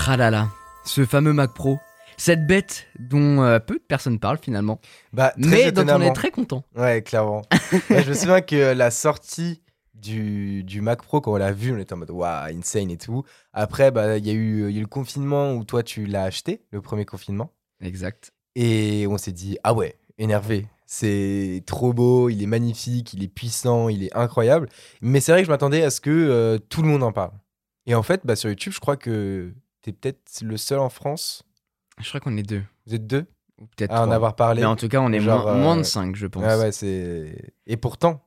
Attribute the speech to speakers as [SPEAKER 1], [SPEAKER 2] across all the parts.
[SPEAKER 1] Tralala, ce fameux Mac Pro, cette bête dont peu de personnes parlent finalement, mais dont on est très content.
[SPEAKER 2] Ouais, clairement. Ouais, je me souviens que la sortie du Mac Pro, quand on l'a vu, on était en mode waouh, insane et tout. Après, il y a eu le confinement où toi tu l'as acheté, le premier confinement.
[SPEAKER 1] Exact.
[SPEAKER 2] Et on s'est dit, ah ouais, énervé. C'est trop beau, il est magnifique, il est puissant, il est incroyable. Mais c'est vrai que je m'attendais à ce que tout le monde en parle. Et en fait, sur YouTube, je crois que t'es peut-être le seul en France.
[SPEAKER 1] Je crois qu'on est deux.
[SPEAKER 2] Vous êtes deux
[SPEAKER 1] ou peut-être
[SPEAKER 2] à en avoir parlé.
[SPEAKER 1] Mais en tout cas, on est moins de 5, je pense.
[SPEAKER 2] Ouais, c'est... Et pourtant.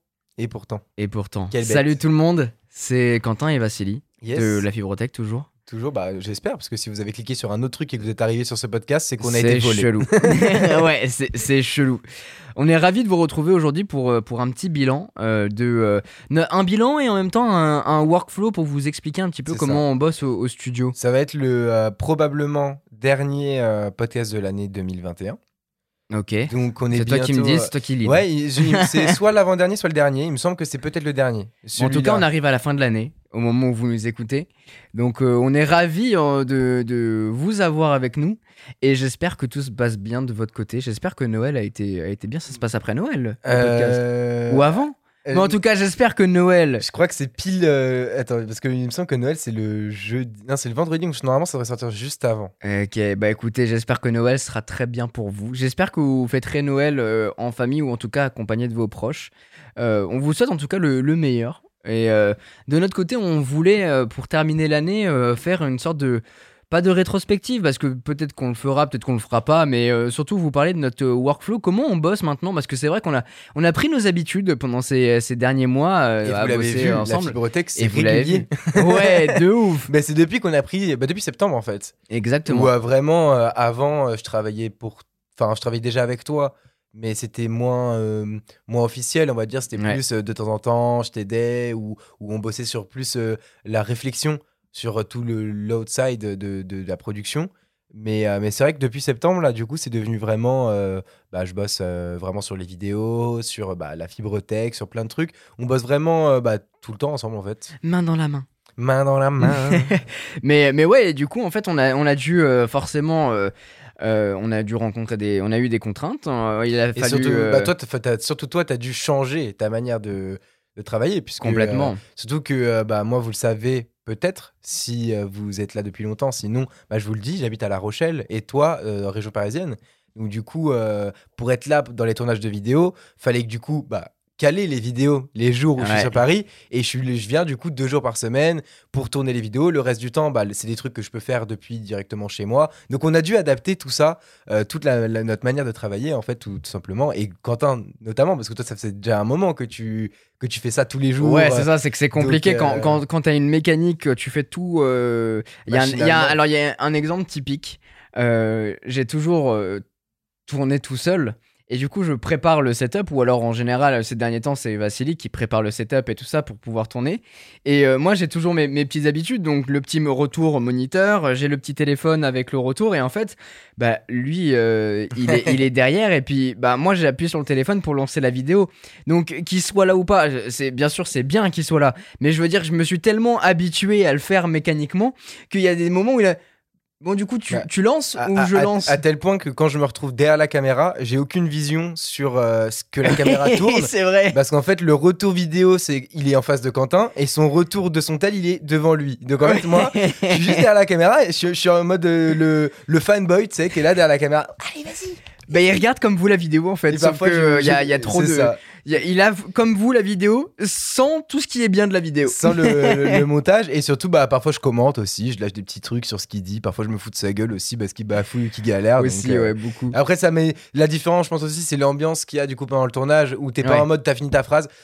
[SPEAKER 1] Salut tout le monde, c'est Quentin et Vassili,
[SPEAKER 2] yes.
[SPEAKER 1] de La Fibrotech toujours.
[SPEAKER 2] Toujours, j'espère, parce que si vous avez cliqué sur un autre truc et que vous êtes arrivé sur ce podcast, c'est qu'on a été volé.
[SPEAKER 1] C'est chelou. Ouais, c'est chelou. On est ravis de vous retrouver aujourd'hui pour un petit bilan, un bilan et en même temps un workflow pour vous expliquer un petit peu comment on bosse au studio.
[SPEAKER 2] Ça va être le probablement dernier podcast de l'année 2021.
[SPEAKER 1] Ok.
[SPEAKER 2] Donc on est
[SPEAKER 1] c'est
[SPEAKER 2] bientôt...
[SPEAKER 1] toi qui me dis, c'est toi qui lis.
[SPEAKER 2] Ouais, c'est soit l'avant-dernier, soit le dernier. Il me semble que c'est peut-être le dernier.
[SPEAKER 1] En tout cas, on arrive à la fin de l'année, au moment où vous nous écoutez. Donc on est ravis de vous avoir avec nous. Et j'espère que tout se passe bien de votre côté. J'espère que Noël a été bien. Ça se passe après Noël, le podcast. Ou avant. Mais en tout cas, j'espère que Noël...
[SPEAKER 2] Je crois que c'est pile... Attends, parce qu'il me semble que Noël, c'est le jeudi... Non, c'est le vendredi, donc normalement, ça devrait sortir juste avant.
[SPEAKER 1] Ok, écoutez, j'espère que Noël sera très bien pour vous. J'espère que vous fêterez Noël en famille ou en tout cas accompagné de vos proches. On vous souhaite en tout cas le meilleur. Et de notre côté, on voulait, pour terminer l'année, faire une sorte de... Pas de rétrospective, parce que peut-être qu'on le fera, peut-être qu'on le fera pas, mais surtout vous parler de notre workflow, comment on bosse maintenant, parce que c'est vrai qu'on a pris nos habitudes pendant ces derniers mois
[SPEAKER 2] et
[SPEAKER 1] à
[SPEAKER 2] vous
[SPEAKER 1] bosser
[SPEAKER 2] vu,
[SPEAKER 1] ensemble.
[SPEAKER 2] La Fibrotech, c'est
[SPEAKER 1] régulier. Ouais, de ouf.
[SPEAKER 2] C'est depuis qu'on a pris, depuis septembre en fait.
[SPEAKER 1] Exactement.
[SPEAKER 2] Où vraiment, avant, je travaillais déjà avec toi, mais c'était moins officiel, on va dire. C'était plus de temps en temps, je t'aidais, ou on bossait sur plus la réflexion sur tout l'outside de la production. Mais c'est vrai que depuis septembre, là, du coup, c'est devenu vraiment... je bosse vraiment sur les vidéos, sur la Fibrotech, sur plein de trucs. On bosse vraiment tout le temps ensemble, en fait.
[SPEAKER 1] Main dans la main.
[SPEAKER 2] Main dans la main.
[SPEAKER 1] mais ouais, du coup, en fait, on a dû forcément... on a dû rencontrer on a eu des contraintes. Il a fallu...
[SPEAKER 2] Surtout toi, t'as dû changer ta manière de travailler. Puisque,
[SPEAKER 1] complètement.
[SPEAKER 2] Surtout que moi, vous le savez... Peut-être, si vous êtes là depuis longtemps. Sinon, je vous le dis, j'habite à La Rochelle et toi, région parisienne. Donc du coup, pour être là dans les tournages de vidéos, fallait que du coup, caler les vidéos les jours où je suis sur Paris. Et je viens du coup 2 jours par semaine pour tourner les vidéos. Le reste du temps, c'est des trucs que je peux faire depuis directement chez moi. Donc on a dû adapter tout ça, toute notre manière de travailler en fait, tout simplement. Et Quentin notamment, parce que toi, ça faisait déjà un moment que tu fais ça tous les jours.
[SPEAKER 1] Ouais, c'est ça, c'est que c'est compliqué quand t'as une mécanique, tu fais tout. Il y a un exemple typique. J'ai toujours tourné tout seul. Et du coup, je prépare le setup, ou alors en général, ces derniers temps, c'est Vassili qui prépare le setup et tout ça pour pouvoir tourner. Et moi, j'ai toujours mes petites habitudes, donc le petit retour moniteur, j'ai le petit téléphone avec le retour, et en fait, lui, il est derrière, et puis moi, j'ai appuyé sur le téléphone pour lancer la vidéo. Donc, qu'il soit là ou pas, bien sûr, c'est bien qu'il soit là, mais je veux dire, je me suis tellement habitué à le faire mécaniquement qu'il y a des moments où il a... Bon, du coup, tu lances ou je lance?
[SPEAKER 2] À tel point que quand je me retrouve derrière la caméra, j'ai aucune vision sur ce que la caméra tourne.
[SPEAKER 1] C'est vrai.
[SPEAKER 2] Parce qu'en fait, le retour vidéo, il est en face de Quentin et son retour de son tel, il est devant lui. Donc en fait, moi, je suis juste derrière la caméra et je suis en mode le fanboy, tu sais, qui est là derrière la caméra. Allez, vas-y.
[SPEAKER 1] Il regarde comme vous la vidéo en fait. Sauf qu'il y a trop de. Ça. Il a comme vous la vidéo sans tout ce qui est bien de la vidéo.
[SPEAKER 2] Sans le montage. Et surtout, parfois je commente aussi. Je lâche des petits trucs sur ce qu'il dit. Parfois je me fous de sa gueule aussi parce qu'il bafouille, qu'il galère.
[SPEAKER 1] Aussi,
[SPEAKER 2] donc,
[SPEAKER 1] beaucoup.
[SPEAKER 2] Après, ça met la différence, je pense aussi, c'est l'ambiance qu'il y a du coup pendant le tournage où t'es pas en mode t'as fini ta phrase.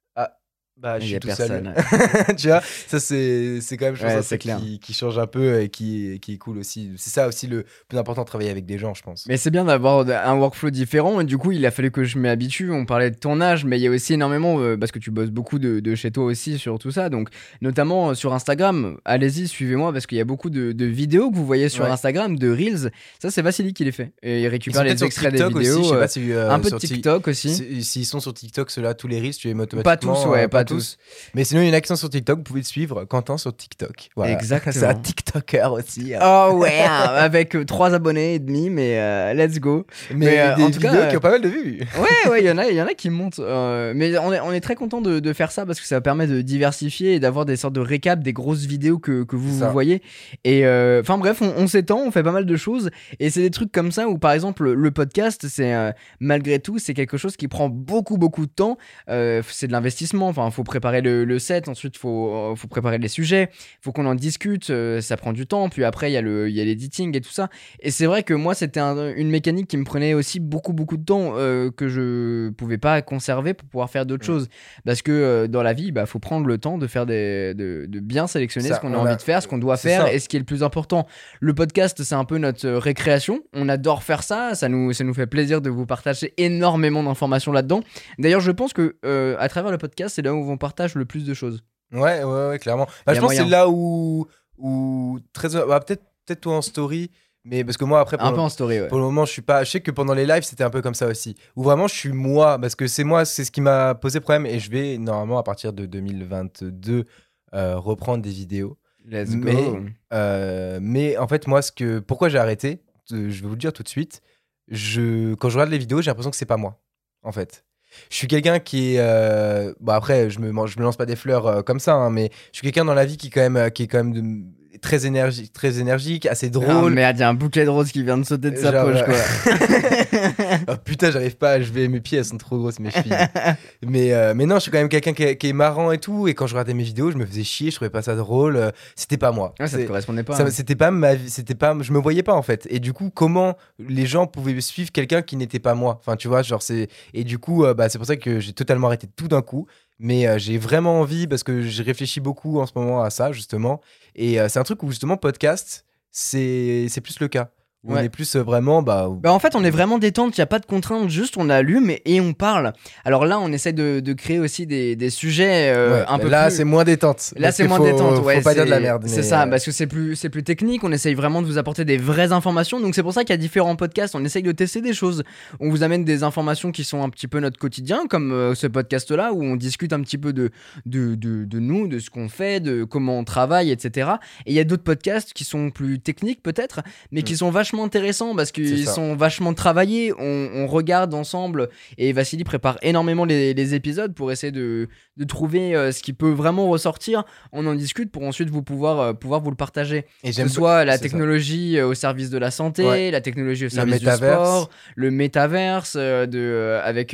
[SPEAKER 2] Je suis tout seul. Tu vois, ça c'est quand même chose qui change un peu et qui est cool aussi. C'est ça aussi le plus important, de travailler avec des gens, je pense.
[SPEAKER 1] Mais c'est bien d'avoir un workflow différent et du coup il a fallu que je m'y habitue. On parlait de tournage, mais il y a aussi énormément parce que tu bosses beaucoup de chez toi aussi sur tout ça, donc notamment sur Instagram. Allez-y, suivez-moi parce qu'il y a beaucoup de vidéos que vous voyez sur Instagram, de Reels. Ça c'est Vassili qui les fait et il récupère les extraits des vidéos.
[SPEAKER 2] Aussi, je sais pas si,
[SPEAKER 1] un peu de TikTok aussi.
[SPEAKER 2] S'ils sont sur TikTok, ceux-là, tous les Reels, tu les mets automatiquement.
[SPEAKER 1] Pas tous, pas
[SPEAKER 2] tous. Mais sinon, il y en a qui sont sur TikTok. Vous pouvez le suivre. Quentin sur TikTok. Voilà.
[SPEAKER 1] Exactement.
[SPEAKER 2] C'est un TikToker aussi.
[SPEAKER 1] Oh ouais, avec 3 abonnés et demi, mais let's go.
[SPEAKER 2] Mais des
[SPEAKER 1] en tout
[SPEAKER 2] vidéos
[SPEAKER 1] cas,
[SPEAKER 2] qui ont pas mal de vues.
[SPEAKER 1] Ouais, il y en a qui montent. Mais on est très content de faire ça parce que ça permet de diversifier et d'avoir des sortes de récaps des grosses vidéos que vous voyez. Et enfin bref, on s'étend, on fait pas mal de choses. Et c'est des trucs comme ça où par exemple le podcast, c'est malgré tout, c'est quelque chose qui prend beaucoup de temps. C'est de l'investissement. Enfin, faut préparer le set. Ensuite, faut préparer les sujets. Faut qu'on en discute. Ça prend du temps. Puis après, il y a l'editing et tout ça. Et c'est vrai que moi, c'était une mécanique qui me prenait aussi beaucoup de temps que je pouvais pas conserver pour pouvoir faire d'autres choses. Parce que dans la vie, faut prendre le temps de faire de bien sélectionner ce qu'on a envie de faire, ce qu'on doit faire et ce qui est le plus important. Le podcast, c'est un peu notre récréation. On adore faire ça. Ça nous fait plaisir de vous partager énormément d'informations là-dedans. D'ailleurs, je pense que à travers le podcast, c'est là où on partage le plus de choses.
[SPEAKER 2] Ouais, clairement. Je pense que c'est là où peut-être toi en story, mais parce que moi après
[SPEAKER 1] un peu en story, ouais.
[SPEAKER 2] Pour le moment, je sais que pendant les lives, c'était un peu comme ça aussi. Où vraiment je suis moi, parce que c'est ce qui m'a posé problème et je vais normalement à partir de 2022 reprendre des vidéos.
[SPEAKER 1] Let's go.
[SPEAKER 2] Mais en fait, moi pourquoi j'ai arrêté, je vais vous le dire tout de suite. Quand je regarde les vidéos, j'ai l'impression que c'est pas moi, en fait. Je suis quelqu'un qui est après je me lance pas des fleurs comme ça, hein, mais je suis quelqu'un dans la vie qui est quand même très énergique, assez drôle.
[SPEAKER 1] Oh merde, il y a un bouquet de roses qui vient de sauter de sa poche, quoi.
[SPEAKER 2] Oh, putain, j'arrive pas, mes pieds elles sont trop grosses, mes chevilles. mais non, je suis quand même quelqu'un qui est marrant et tout, et quand je regardais mes vidéos, je me faisais chier, je trouvais pas ça drôle, c'était pas moi.
[SPEAKER 1] Ouais, ça te correspondait pas.
[SPEAKER 2] C'était pas ma vie, je me voyais pas en fait. Et du coup, comment les gens pouvaient suivre quelqu'un qui n'était pas moi? Enfin, tu vois, et du coup, c'est pour ça que j'ai totalement arrêté tout d'un coup. Mais j'ai vraiment envie, parce que j'ai réfléchi beaucoup en ce moment à ça, justement. Et c'est un truc où, justement, podcast, c'est plus le cas. On est plus vraiment...
[SPEAKER 1] en fait, on est vraiment détente, il n'y a pas de contraintes, juste on allume et on parle. Alors là, on essaie de créer aussi des sujets un peu
[SPEAKER 2] là,
[SPEAKER 1] plus...
[SPEAKER 2] c'est moins détente.
[SPEAKER 1] Là, c'est moins détente, ouais.
[SPEAKER 2] Faut pas dire de la merde.
[SPEAKER 1] C'est ça, parce que c'est plus technique, on essaye vraiment de vous apporter des vraies informations. Donc c'est pour ça qu'il y a différents podcasts, on essaye de tester des choses. On vous amène des informations qui sont un petit peu notre quotidien, comme ce podcast-là, où on discute un petit peu de nous, de ce qu'on fait, de comment on travaille, etc. Et il y a d'autres podcasts qui sont plus techniques peut-être, mais qui sont vachement intéressants parce qu'ils sont vachement travaillés. On regarde ensemble et Vassili prépare énormément les épisodes pour essayer de trouver ce qui peut vraiment ressortir. On en discute pour ensuite pouvoir vous le partager. Et que ce soit la technologie au service de la santé, la technologie au service du sport, le métaverse avec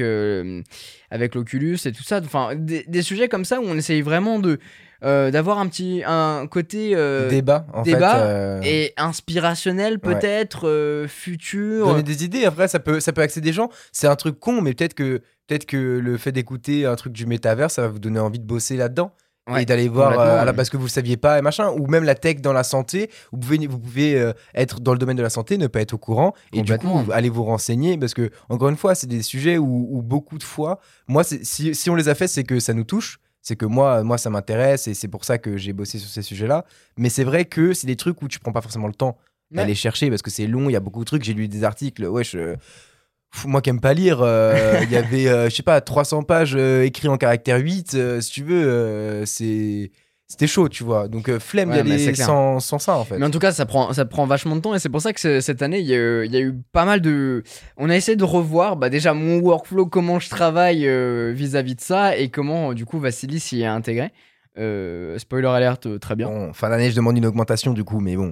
[SPEAKER 1] l'Oculus et tout ça. Enfin, des sujets comme ça où on essaye vraiment d'avoir un côté
[SPEAKER 2] débat
[SPEAKER 1] et inspirationnel peut-être futur.
[SPEAKER 2] Donner des idées, après ça peut axer des gens. C'est un truc con, mais peut-être que le fait d'écouter un truc du métavers, ça va vous donner envie de bosser là-dedans. Et d'aller voir parce que vous le saviez pas et machin, ou même la tech dans la santé, vous pouvez être dans le domaine de la santé, ne pas être au courant et du coup aller vous renseigner, parce que encore une fois c'est des sujets où beaucoup de fois moi si on les a fait, c'est que ça nous touche. C'est que moi ça m'intéresse et c'est pour ça que j'ai bossé sur ces sujets-là. Mais c'est vrai que c'est des trucs où tu prends pas forcément le temps d'aller chercher parce que c'est long, il y a beaucoup de trucs. J'ai lu des articles, moi qui aime pas lire, il y avait, 300 pages écrites en caractère 8, si tu veux, c'était chaud, tu vois. Donc, flemme d'y aller sans ça, en fait.
[SPEAKER 1] Mais en tout cas, ça prend vachement de temps et c'est pour ça que cette année, il y a eu pas mal de... On a essayé de revoir, déjà, mon workflow, comment je travaille vis-à-vis de ça et comment, du coup, Vassili s'y est intégré. Spoiler alert, très bien.
[SPEAKER 2] Bon, fin d'année, je demande une augmentation du coup, mais bon.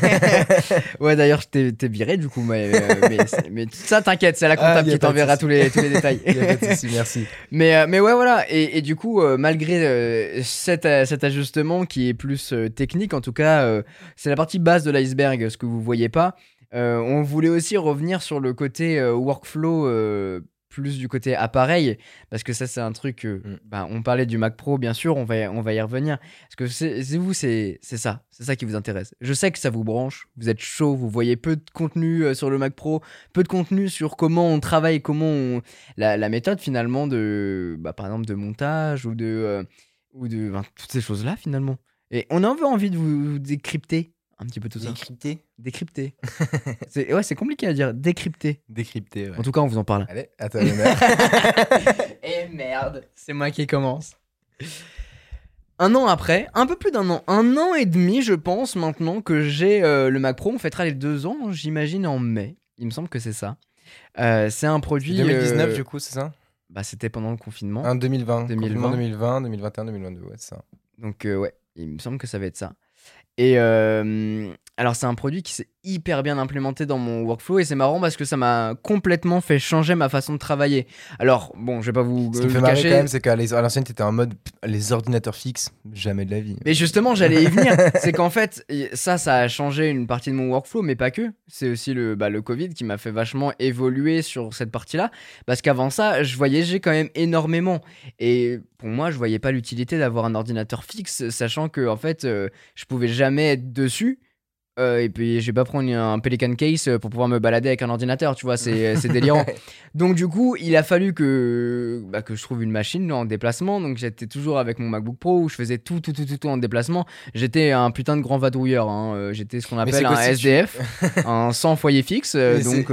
[SPEAKER 1] Ouais, d'ailleurs, t'es viré du coup, mais ça, t'inquiète, c'est la comptable qui t'enverra tous les détails.
[SPEAKER 2] Y a pas de souci, merci.
[SPEAKER 1] Mais ouais, voilà. Et du coup, malgré cet ajustement qui est plus technique, en tout cas, c'est la partie basse de l'iceberg, ce que vous voyez pas. On voulait aussi revenir sur le côté workflow. Plus du côté appareil, parce que ça c'est un truc on parlait du Mac Pro, bien sûr, on va y revenir, parce que c'est ça qui vous intéresse. Je sais que ça vous branche, vous êtes chaud, vous voyez peu de contenu sur le Mac Pro, peu de contenu sur comment on travaille, la méthode finalement de par exemple de montage ou de toutes ces choses là finalement, et on a envie de vous décrypter un petit peu tout ça. Décrypter. C'est compliqué à dire. Décrypter,
[SPEAKER 2] ouais.
[SPEAKER 1] En tout cas, on vous en parle.
[SPEAKER 2] Allez, à toi.
[SPEAKER 1] Et merde, c'est moi qui commence. Un an après, un peu plus d'un an, 1 an et demi, je pense maintenant que j'ai le Mac Pro. On fêtera les 2 ans, j'imagine, en mai. Il me semble que c'est ça. C'est un produit.
[SPEAKER 2] 2019, du coup, c'est ça?
[SPEAKER 1] Bah, c'était pendant le confinement.
[SPEAKER 2] 2020. 2020, 2021, 2022, ouais, c'est ça.
[SPEAKER 1] Donc, ouais, il me semble que ça va être ça. Et alors, c'est un produit qui s'est hyper bien implémenté dans mon workflow et c'est marrant parce que ça m'a complètement fait changer ma façon de travailler. Alors, bon, je vais pas vous
[SPEAKER 2] Ce qui me fait marrer quand même, c'est qu'à l'ancienne, t'étais en mode les ordinateurs fixes, jamais de la vie.
[SPEAKER 1] Mais justement, j'allais y venir. C'est qu'en fait, ça a changé une partie de mon workflow, mais pas que. C'est aussi le Covid qui m'a fait vachement évoluer sur cette partie-là. Parce qu'avant ça, je voyageais quand même énormément. Et pour moi, je voyais pas l'utilité d'avoir un ordinateur fixe, sachant que en fait, je pouvais jamais être dessus. Et puis je vais pas prendre un Pelican Case pour pouvoir me balader avec un ordinateur, tu vois, c'est délirant. Donc du coup, il a fallu que je trouve une machine en déplacement. Donc j'étais toujours avec mon MacBook Pro où je faisais tout en déplacement. J'étais un putain de grand vadrouilleur, hein. J'étais ce qu'on appelle un SDF, un sans foyer fixe. Donc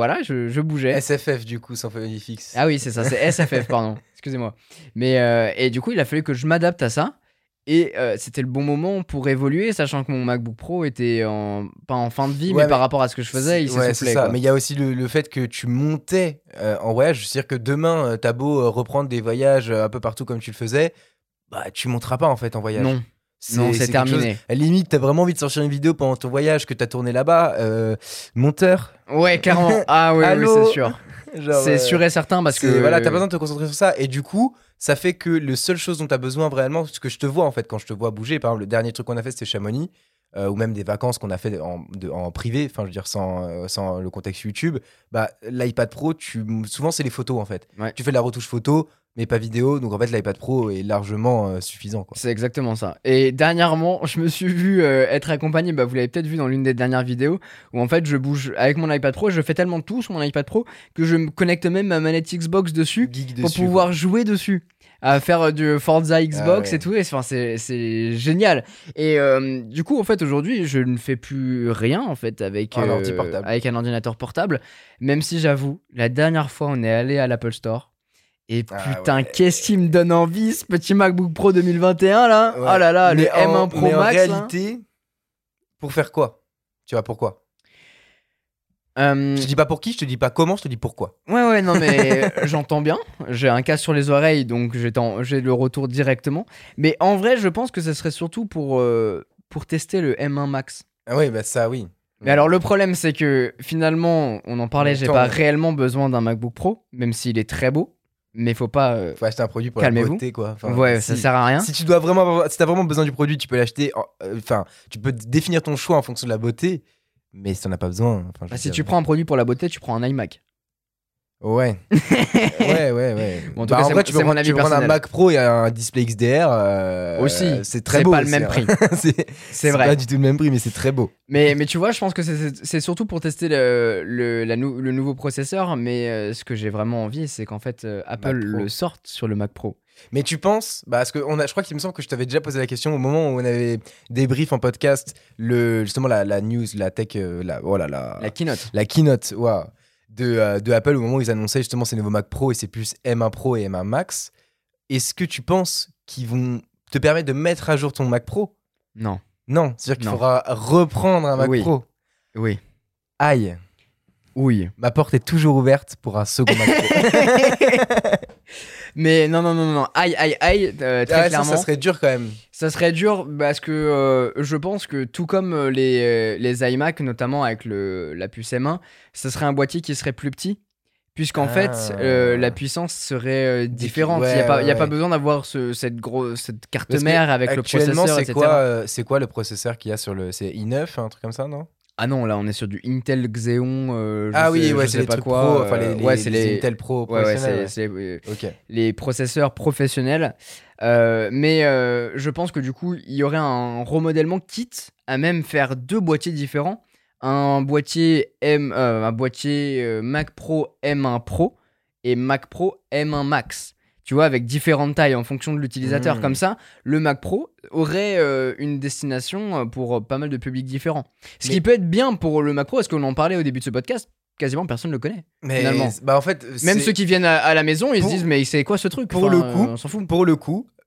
[SPEAKER 1] je bougeais.
[SPEAKER 2] SFF du coup, sans foyer fixe.
[SPEAKER 1] Ah oui, c'est ça, c'est SFF, pardon. Excusez-moi. Mais et du coup, il a fallu que je m'adapte à ça. Et c'était le bon moment pour évoluer, sachant que mon MacBook Pro était pas en fin de vie, mais par rapport à ce que je faisais, il s'essoufflait.
[SPEAKER 2] Ça. Mais il y a aussi le fait que tu montais en voyage. C'est-à-dire que demain, t'as beau reprendre des voyages un peu partout comme tu le faisais, bah tu monteras pas en fait en voyage.
[SPEAKER 1] Non, c'est terminé.
[SPEAKER 2] À la limite, t'as vraiment envie de sortir une vidéo pendant ton voyage que t'as tourné là-bas. Monteur.
[SPEAKER 1] Ouais, clairement. Ah oui, c'est sûr.
[SPEAKER 2] Genre,
[SPEAKER 1] c'est sûr et certain parce que
[SPEAKER 2] voilà, t'as besoin de te concentrer sur ça et du coup ça fait que le seule chose dont t'as besoin vraiment, ce que je te vois en fait quand je te vois bouger, par exemple le dernier truc qu'on a fait c'était Chamonix, ou même des vacances qu'on a fait en privé, enfin je veux dire sans le contexte YouTube, bah l'iPad Pro souvent c'est les photos en fait, tu fais de la retouche photo mais pas vidéo, donc en fait l'iPad Pro est largement suffisant quoi.
[SPEAKER 1] C'est exactement ça. Et dernièrement je me suis vu être accompagné, vous l'avez peut-être vu dans l'une des dernières vidéos où en fait je bouge avec mon iPad Pro, je fais tellement de tout sur mon iPad Pro que je me connecte même ma manette Xbox dessus pour pouvoir jouer dessus, à faire du Forza Xbox et tout, et c'est génial. Et du coup en fait aujourd'hui je ne fais plus rien en fait avec un ordinateur portable, même si j'avoue la dernière fois on est allé à l'Apple Store. Et putain, qu'est-ce qui me donne envie, ce petit MacBook Pro 2021 là. Oh là là, le M1 Pro Max.
[SPEAKER 2] En réalité, pour faire quoi? Tu vois, pourquoi? Je te dis pas pour qui, je te dis pas comment, je te dis pourquoi.
[SPEAKER 1] Ouais, non mais j'entends bien. J'ai un casque sur les oreilles, donc j'ai le retour directement. Mais en vrai, je pense que ce serait surtout pour tester le M1 Max.
[SPEAKER 2] Ah oui, bah ça oui.
[SPEAKER 1] Mais alors le problème, c'est que finalement, on en parlait, j'ai pas réellement besoin d'un MacBook Pro, même s'il est très beau. Mais faut pas.
[SPEAKER 2] Faut acheter un produit pour la beauté, quoi.
[SPEAKER 1] Enfin, ça sert à rien.
[SPEAKER 2] Si t'as vraiment besoin du produit, tu peux l'acheter. Tu peux définir ton choix en fonction de la beauté, mais si t'en as pas besoin.
[SPEAKER 1] Si tu prends un produit pour la beauté, tu prends un iMac.
[SPEAKER 2] Ouais. ouais.
[SPEAKER 1] Bon, en tout cas, en vrai, tu peux prendre
[SPEAKER 2] un Mac Pro et un display XDR.
[SPEAKER 1] Aussi.
[SPEAKER 2] C'est très beau.
[SPEAKER 1] C'est pas le même prix.
[SPEAKER 2] c'est vrai. C'est pas du tout le même prix, mais c'est très beau.
[SPEAKER 1] Mais tu vois, je pense que c'est surtout pour tester le nouveau processeur. Mais ce que j'ai vraiment envie, c'est qu'en fait, Apple le sorte sur le Mac Pro.
[SPEAKER 2] Mais tu penses, parce que je crois qu'il me semble que je t'avais déjà posé la question au moment où on avait débrief en podcast, justement la news, la tech, la
[SPEAKER 1] keynote.
[SPEAKER 2] La keynote, waouh. De Apple au moment où ils annonçaient justement ces nouveaux Mac Pro et c'est plus M1 Pro et M1 Max. Est-ce que tu penses qu'ils vont te permettre de mettre à jour ton Mac Pro?
[SPEAKER 1] Non.
[SPEAKER 2] C'est-à-dire qu'il faudra reprendre un Mac Pro.
[SPEAKER 1] Oui.
[SPEAKER 2] Aïe.
[SPEAKER 1] Oui.
[SPEAKER 2] Ma porte est toujours ouverte pour un second Mac Pro.
[SPEAKER 1] Mais non. Aïe. Très clairement.
[SPEAKER 2] Ça serait dur quand même.
[SPEAKER 1] Ça serait dur parce que je pense que tout comme les iMac, notamment avec la puce M1, ça serait un boîtier qui serait plus petit. Puisqu'en fait, la puissance serait différente. Il n'y a pas besoin d'avoir cette carte mère avec le processeur, etc.
[SPEAKER 2] C'est quoi le processeur qu'il y a sur le... C'est i9, un truc comme ça, non?
[SPEAKER 1] Ah non, là on est sur du Intel Xeon.
[SPEAKER 2] C'est les trucs pro, c'est les Intel Pro professionnels.
[SPEAKER 1] C'est les processeurs professionnels. Mais je pense que du coup, il y aurait un remodèlement quitte à même faire 2 boîtiers différents. Un boîtier Mac Pro M1 Pro et Mac Pro M1 Max. Tu vois, avec différentes tailles en fonction de l'utilisateur. Comme ça, le Mac Pro aurait une destination pour pas mal de publics différents. Ce qui peut être bien pour le Mac Pro, parce qu'on en parlait au début de ce podcast, quasiment personne ne le connaît. Mais finalement.
[SPEAKER 2] En fait,
[SPEAKER 1] même ceux qui viennent à la maison, ils se disent, mais c'est quoi ce truc?
[SPEAKER 2] On s'en fout. Pour le coup,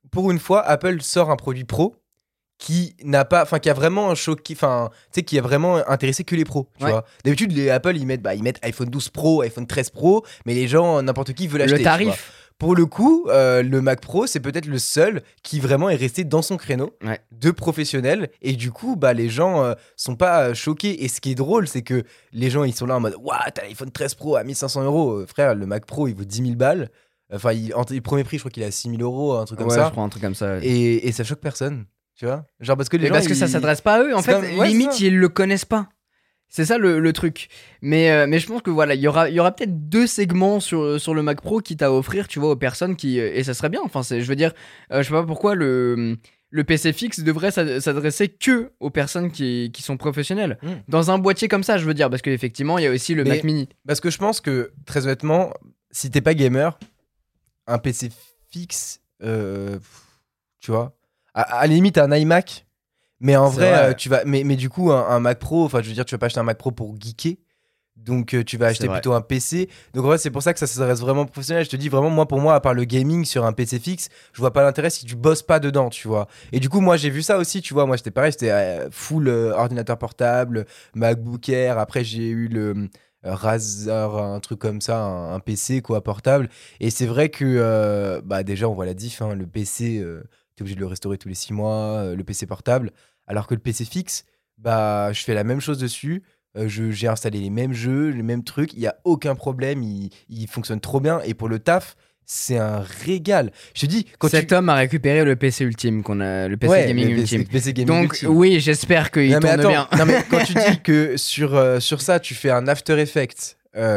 [SPEAKER 2] pour une fois, Apple sort un produit pro qui n'a pas, enfin qui a vraiment choqué, enfin tu sais, qui a vraiment intéressé que les pros, tu vois. D'habitude les Apple ils mettent iPhone 12 Pro, iPhone 13 Pro, mais les gens, n'importe qui veut l'acheter.
[SPEAKER 1] Le tarif.
[SPEAKER 2] Pour le coup, le Mac Pro, c'est peut-être le seul qui vraiment est resté dans son créneau de professionnel. Et du coup, les gens sont pas choqués. Et ce qui est drôle, c'est que les gens, ils sont là en mode « Waouh, t'as l'iPhone 13 Pro à 1500 €. Frère, le Mac Pro, il vaut 10 000 balles. Enfin, le premier prix, je crois qu'il est à 6 000 €, un truc comme ça.
[SPEAKER 1] Je crois un truc comme ça.
[SPEAKER 2] Et ça choque personne, tu vois. Genre parce que les gens,
[SPEAKER 1] parce que ça s'adresse pas à eux. En fait, limite, ils le connaissent pas. C'est ça le truc. Mais je pense que voilà, il y aura peut-être 2 segments sur le Mac Pro quitte à offrir, tu vois, aux personnes qui. Et ça serait bien. Enfin, je veux dire, je sais pas pourquoi le PC fixe devrait s'adresser que aux personnes qui sont professionnelles. Dans un boîtier comme ça, je veux dire, parce qu'effectivement, il y a aussi le Mac Mini.
[SPEAKER 2] Parce que je pense que, très honnêtement, si t'es pas gamer, un PC fixe, tu vois, à la limite, un iMac. Mais en vrai, tu vas. Mais du coup, un Mac Pro, enfin, je veux dire, tu vas pas acheter un Mac Pro pour geeker. Donc, tu vas acheter plutôt un PC. Donc, en vrai, c'est pour ça que ça s'adresse vraiment professionnel. Je te dis vraiment, pour moi, à part le gaming sur un PC fixe, je vois pas l'intérêt si tu bosses pas dedans, tu vois. Et du coup, moi, j'ai vu ça aussi, tu vois. Moi, c'était pareil, c'était full ordinateur portable, MacBook Air. Après, j'ai eu le Razer, un truc comme ça, un PC, quoi, portable. Et c'est vrai que, déjà, on voit la diff, hein, le PC. T'es obligé de le restaurer tous les 6 mois, le PC portable. Alors que le PC fixe, je fais la même chose dessus. J'ai installé les mêmes jeux, les mêmes trucs. Il n'y a aucun problème. Il fonctionne trop bien. Et pour le taf, c'est un régal. Je te dis,
[SPEAKER 1] cet homme a récupéré le PC ultime qu'on a, le PC gaming ultime.
[SPEAKER 2] PC gaming
[SPEAKER 1] donc
[SPEAKER 2] ultime.
[SPEAKER 1] Oui, j'espère qu'il tourne bien.
[SPEAKER 2] Non mais quand tu dis que sur ça, tu fais un After Effects,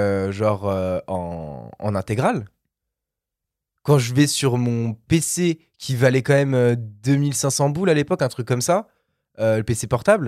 [SPEAKER 2] en intégrale. Quand je vais sur mon PC qui valait quand même 2500 boules à l'époque, un truc comme ça, le PC portable,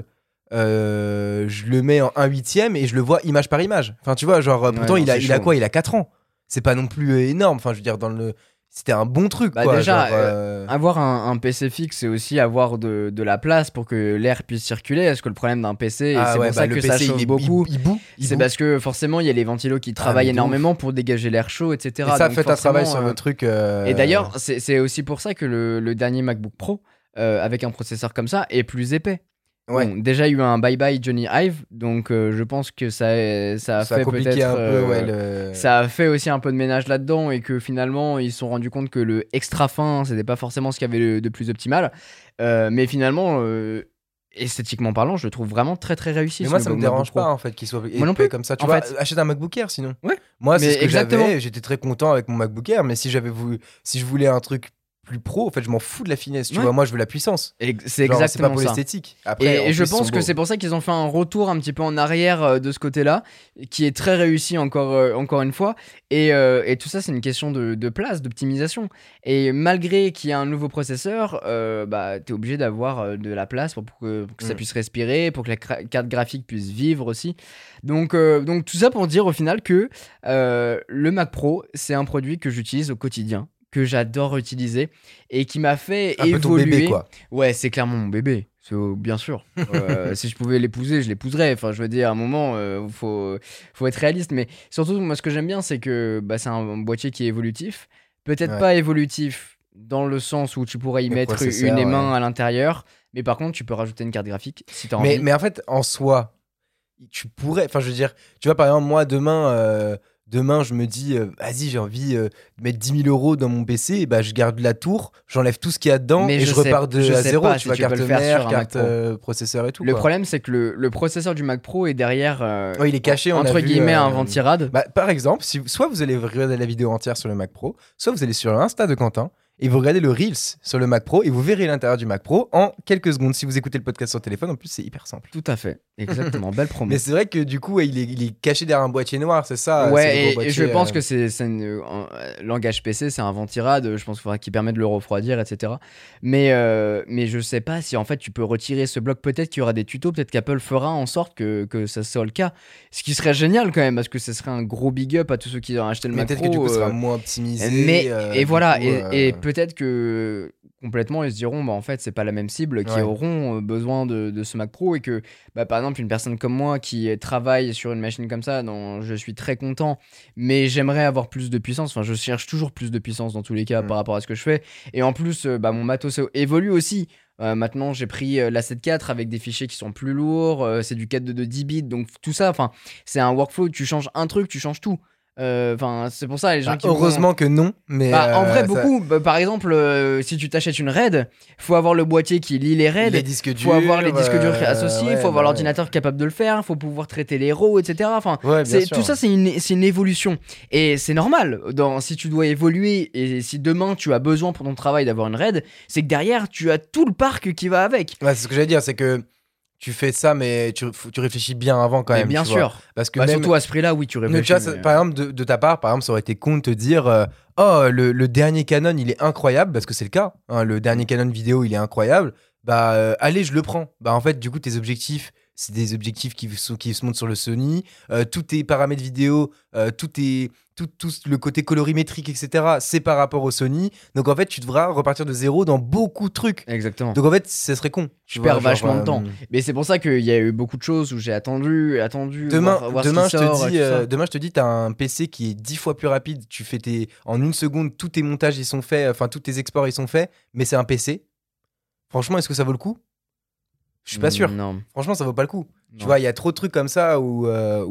[SPEAKER 2] je le mets en 1/8 et je le vois image par image. Enfin, tu vois, pourtant, il a quoi ? Il a 4 ans. C'est pas non plus énorme. Enfin, je veux dire, c'était un bon truc, quoi.
[SPEAKER 1] Déjà, avoir un PC fixe, c'est aussi avoir de la place pour que l'air puisse circuler. Est-ce que le problème d'un PC, c'est pour ça que ça chauffe beaucoup, c'est parce que forcément, il y a les ventilos qui travaillent énormément pour dégager l'air chaud, etc.
[SPEAKER 2] Et ça fait un travail sur le truc.
[SPEAKER 1] Et d'ailleurs, c'est aussi pour ça que le dernier MacBook Pro, avec un processeur comme ça, est plus épais. Bon, déjà, il y a eu un bye-bye Johnny Ive, donc je pense que ça a fait peut-être ça a fait aussi un peu de ménage là-dedans et que finalement ils se sont rendus compte que le extra fin c'était pas forcément ce qu'il y avait de plus optimal, mais finalement esthétiquement parlant, je le trouve vraiment très très réussi.
[SPEAKER 2] Mais moi ça me dérange pas en fait qu'il soit épais comme ça. Tu vois, achète un MacBook Air sinon.
[SPEAKER 1] Ouais.
[SPEAKER 2] Moi c'est ce que j'avais, j'étais très content avec mon MacBook Air, mais si je voulais un truc plus pro, en fait, je m'en fous de la finesse. Tu vois, moi, je veux la puissance.
[SPEAKER 1] C'est exactement
[SPEAKER 2] c'est pas pour
[SPEAKER 1] ça.
[SPEAKER 2] l'esthétique.
[SPEAKER 1] Après, et je pense que c'est pour ça qu'ils ont fait un retour un petit peu en arrière de ce côté-là, qui est très réussi encore une fois. Et tout ça, c'est une question de place, d'optimisation. Et malgré qu'il y ait un nouveau processeur, t'es obligé d'avoir de la place pour que ça puisse respirer, pour que la carte graphique puisse vivre aussi. Donc tout ça pour dire au final que le Mac Pro, c'est un produit que j'utilise au quotidien, que j'adore utiliser et qui m'a fait évoluer.
[SPEAKER 2] Un peu ton bébé, quoi.
[SPEAKER 1] Ouais, c'est clairement mon bébé, bien sûr. Si je pouvais l'épouser, je l'épouserais. Enfin, je veux dire, à un moment, faut être réaliste. Mais surtout, moi, ce que j'aime bien, c'est que c'est un boîtier qui est évolutif. Peut-être pas évolutif dans le sens où tu pourrais y mettre une aimant à l'intérieur, mais par contre, tu peux rajouter une carte graphique si tu as envie.
[SPEAKER 2] Mais en fait, en soi, tu pourrais... Enfin, je veux dire, tu vois, par exemple, moi, demain, je me dis, vas-y, j'ai envie de mettre 10 000 € dans mon PC, et je garde la tour, j'enlève tout ce qu'il y a dedans, et je repars à zéro. Tu vois, carte mère, carte processeur et tout.
[SPEAKER 1] Le problème, c'est que le processeur du Mac Pro est derrière,
[SPEAKER 2] il est caché,
[SPEAKER 1] entre guillemets, un ventirad.
[SPEAKER 2] Par exemple, soit vous allez regarder la vidéo entière sur le Mac Pro, soit vous allez sur l'Insta de Quentin, et vous regardez le Reels sur le Mac Pro et vous verrez l'intérieur du Mac Pro en quelques secondes. Si vous écoutez le podcast sur téléphone, en plus, c'est hyper simple.
[SPEAKER 1] Tout à fait, exactement, belle promo.
[SPEAKER 2] Mais c'est vrai que du coup, il est caché derrière un boîtier noir, c'est ça.
[SPEAKER 1] Ouais, et je pense que c'est langage PC, c'est un ventirad, je pense qu'il faudra qu'il permette de le refroidir, etc. Mais je sais pas si en fait tu peux retirer ce bloc, peut-être qu'il y aura des tutos, peut-être qu'Apple fera en sorte que ça soit le cas. Ce qui serait génial quand même, parce que ce serait un gros big up à tous ceux qui ont acheté le Mac Pro.
[SPEAKER 2] Peut-être que du coup, ce sera moins optimisé.
[SPEAKER 1] Mais, et voilà, et peut-être complètement, ils se diront, bah, en fait, c'est pas la même cible qui auront besoin de ce Mac Pro et que, bah, par exemple, une personne comme moi qui travaille sur une machine comme ça, dont je suis très content, mais j'aimerais avoir plus de puissance. Enfin, je cherche toujours plus de puissance dans tous les cas par rapport à ce que je fais. Et en plus, bah, mon matos évolue aussi. Maintenant, j'ai pris la 7.4 avec des fichiers qui sont plus lourds. C'est du 4 de 10 bits, donc tout ça, enfin, c'est un workflow. Tu changes un truc, tu changes tout. Enfin, c'est pour ça les gens qui
[SPEAKER 2] heureusement que non, mais
[SPEAKER 1] en vrai beaucoup. Par exemple, si tu t'achètes une RAID, faut avoir le boîtier qui lit les RAID, faut avoir les disques durs associés, faut avoir l'ordinateur capable de le faire, faut pouvoir traiter les RAW, etc. Enfin, tout ça, c'est une évolution et c'est normal. Si tu dois évoluer et si demain tu as besoin pour ton travail d'avoir une RAID, c'est que derrière tu as tout le parc qui va avec.
[SPEAKER 2] Ouais, c'est ce que j'allais dire, c'est que tu fais ça, mais tu réfléchis bien avant quand même.
[SPEAKER 1] Bien sûr.
[SPEAKER 2] Vois. Parce que même...
[SPEAKER 1] surtout à ce prix-là, oui, tu réfléchis.
[SPEAKER 2] Tu vois, par exemple, de ta part, par exemple, ça aurait été con de te dire oh, le dernier Canon, il est incroyable, parce que c'est le cas. Hein, le dernier Canon vidéo, il est incroyable. Bah, allez, je le prends. Bah, en fait, du coup, tes objectifs, c'est des objectifs qui se montent sur le Sony. Tous tes paramètres vidéo, tout le côté colorimétrique, etc., c'est par rapport au Sony. Donc, en fait, tu devras repartir de zéro dans beaucoup de trucs.
[SPEAKER 1] Exactement.
[SPEAKER 2] Donc, en fait, ça serait con.
[SPEAKER 1] Tu perds vachement de temps. Mais c'est pour ça qu'il y a eu beaucoup de choses où j'ai attendu. Demain,
[SPEAKER 2] je te dis, t'as un PC qui est 10 fois plus rapide. Tu fais en une seconde, tous tes montages, ils sont faits. Enfin, tous tes exports, ils sont faits. Mais c'est un PC. Franchement, est-ce que ça vaut le coup ? Je suis pas sûr.
[SPEAKER 1] Non.
[SPEAKER 2] Franchement, ça vaut pas le coup. Non. Tu vois, il y a trop de trucs comme ça où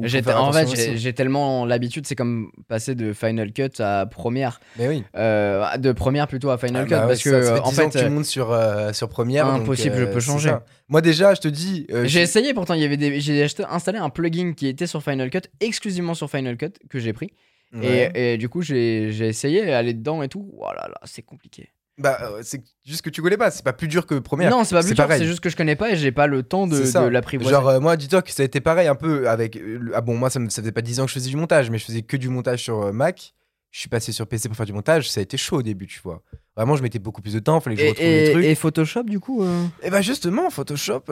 [SPEAKER 1] j'ai tellement l'habitude, c'est comme passer de Final Cut à Premiere.
[SPEAKER 2] Mais oui.
[SPEAKER 1] De Premiere plutôt à Final Cut
[SPEAKER 2] parce que en fait, tu montes sur Premiere.
[SPEAKER 1] Impossible, je peux changer.
[SPEAKER 2] Moi déjà, je te dis.
[SPEAKER 1] J'ai essayé pourtant. J'ai installé un plugin qui était sur Final Cut, exclusivement sur Final Cut que j'ai pris. Ouais. Et du coup, j'ai essayé d'aller dedans et tout. Voilà, là, c'est compliqué.
[SPEAKER 2] Bah, c'est juste que tu connais pas, c'est pas plus dur que Premiere.
[SPEAKER 1] Non, c'est pas plus dur, c'est juste que je connais pas et j'ai pas le temps de l'apprivoiser.
[SPEAKER 2] Genre, moi, dis-toi que ça a été pareil un peu avec. Moi, ça faisait pas 10 ans que je faisais du montage, mais je faisais que du montage sur Mac. Je suis passé sur PC pour faire du montage, ça a été chaud au début, tu vois. Vraiment, je mettais beaucoup plus de temps, fallait que je retrouve les trucs.
[SPEAKER 1] Et Photoshop, du coup
[SPEAKER 2] Et bah, justement, Photoshop,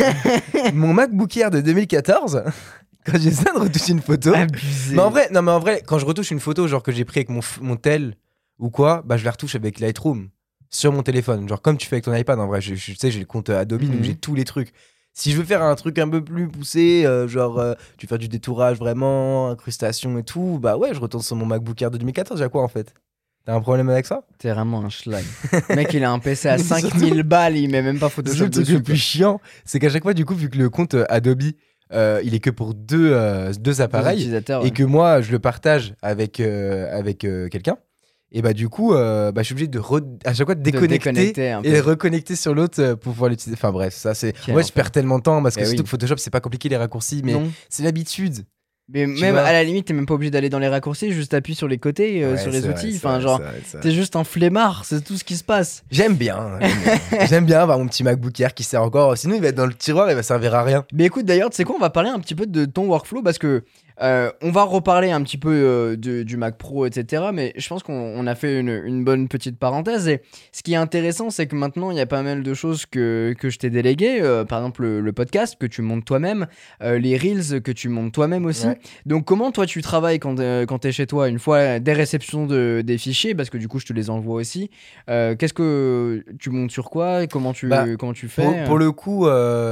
[SPEAKER 2] mon MacBook Air de 2014. Quand j'essaie de retoucher une photo.
[SPEAKER 1] Abusé.
[SPEAKER 2] Mais en vrai, quand je retouche une photo, genre que j'ai pris avec mon tel ou quoi, bah je la retouche avec Lightroom sur mon téléphone. Genre comme tu fais avec ton iPad, en vrai, tu sais, j'ai le compte Adobe, donc j'ai tous les trucs. Si je veux faire un truc un peu plus poussé, tu veux faire du détourage vraiment, incrustation et tout, bah ouais, je retourne sur mon MacBook Air de 2014, j'ai quoi en fait ? T'as un problème avec ça ?
[SPEAKER 1] T'es vraiment un schlag. Le mec, il a un PC à 5000 balles, il met même pas Photoshop dessus.
[SPEAKER 2] Le plus chiant, c'est qu'à chaque fois, du coup, vu que le compte Adobe, il est que pour deux appareils, et que moi, je le partage avec quelqu'un. Et bah du coup, je suis obligé à chaque fois de déconnecter et reconnecter sur l'autre pour pouvoir l'utiliser. Enfin bref, ça c'est... Moi je perds tellement de temps parce que surtout que Photoshop c'est pas compliqué les raccourcis, mais c'est l'habitude.
[SPEAKER 1] Mais même à la limite, t'es même pas obligé d'aller dans les raccourcis, juste appuie sur les côtés, sur les outils. Enfin, t'es juste un flemmard, c'est tout ce qui se passe.
[SPEAKER 2] J'aime bien. J'aime bien avoir mon petit MacBook Air qui sert encore. Sinon, il va être dans le tiroir, il va servir à rien.
[SPEAKER 1] Mais écoute, d'ailleurs, tu sais quoi, on va parler un petit peu de ton workflow parce que on va reparler un petit peu du Mac Pro, etc. Mais je pense qu'on a fait une bonne petite parenthèse. Et ce qui est intéressant, c'est que maintenant, il y a pas mal de choses que je t'ai déléguées. Par exemple, le podcast que tu montes toi-même, les Reels que tu montes toi-même aussi. Ouais. Donc, comment toi, tu travailles quand t'es chez toi, une fois des réceptions des fichiers, parce que du coup, je te les envoie aussi. Qu'est-ce que tu montes sur quoi et comment tu fais
[SPEAKER 2] pour le coup,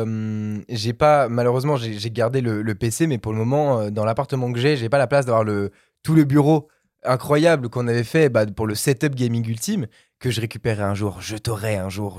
[SPEAKER 2] j'ai pas... Malheureusement, j'ai gardé le PC, mais pour le moment, dans l'appartement que j'ai pas la place d'avoir tout le bureau incroyable qu'on avait fait pour le setup gaming ultime que je récupérerai un jour. Je t'aurai.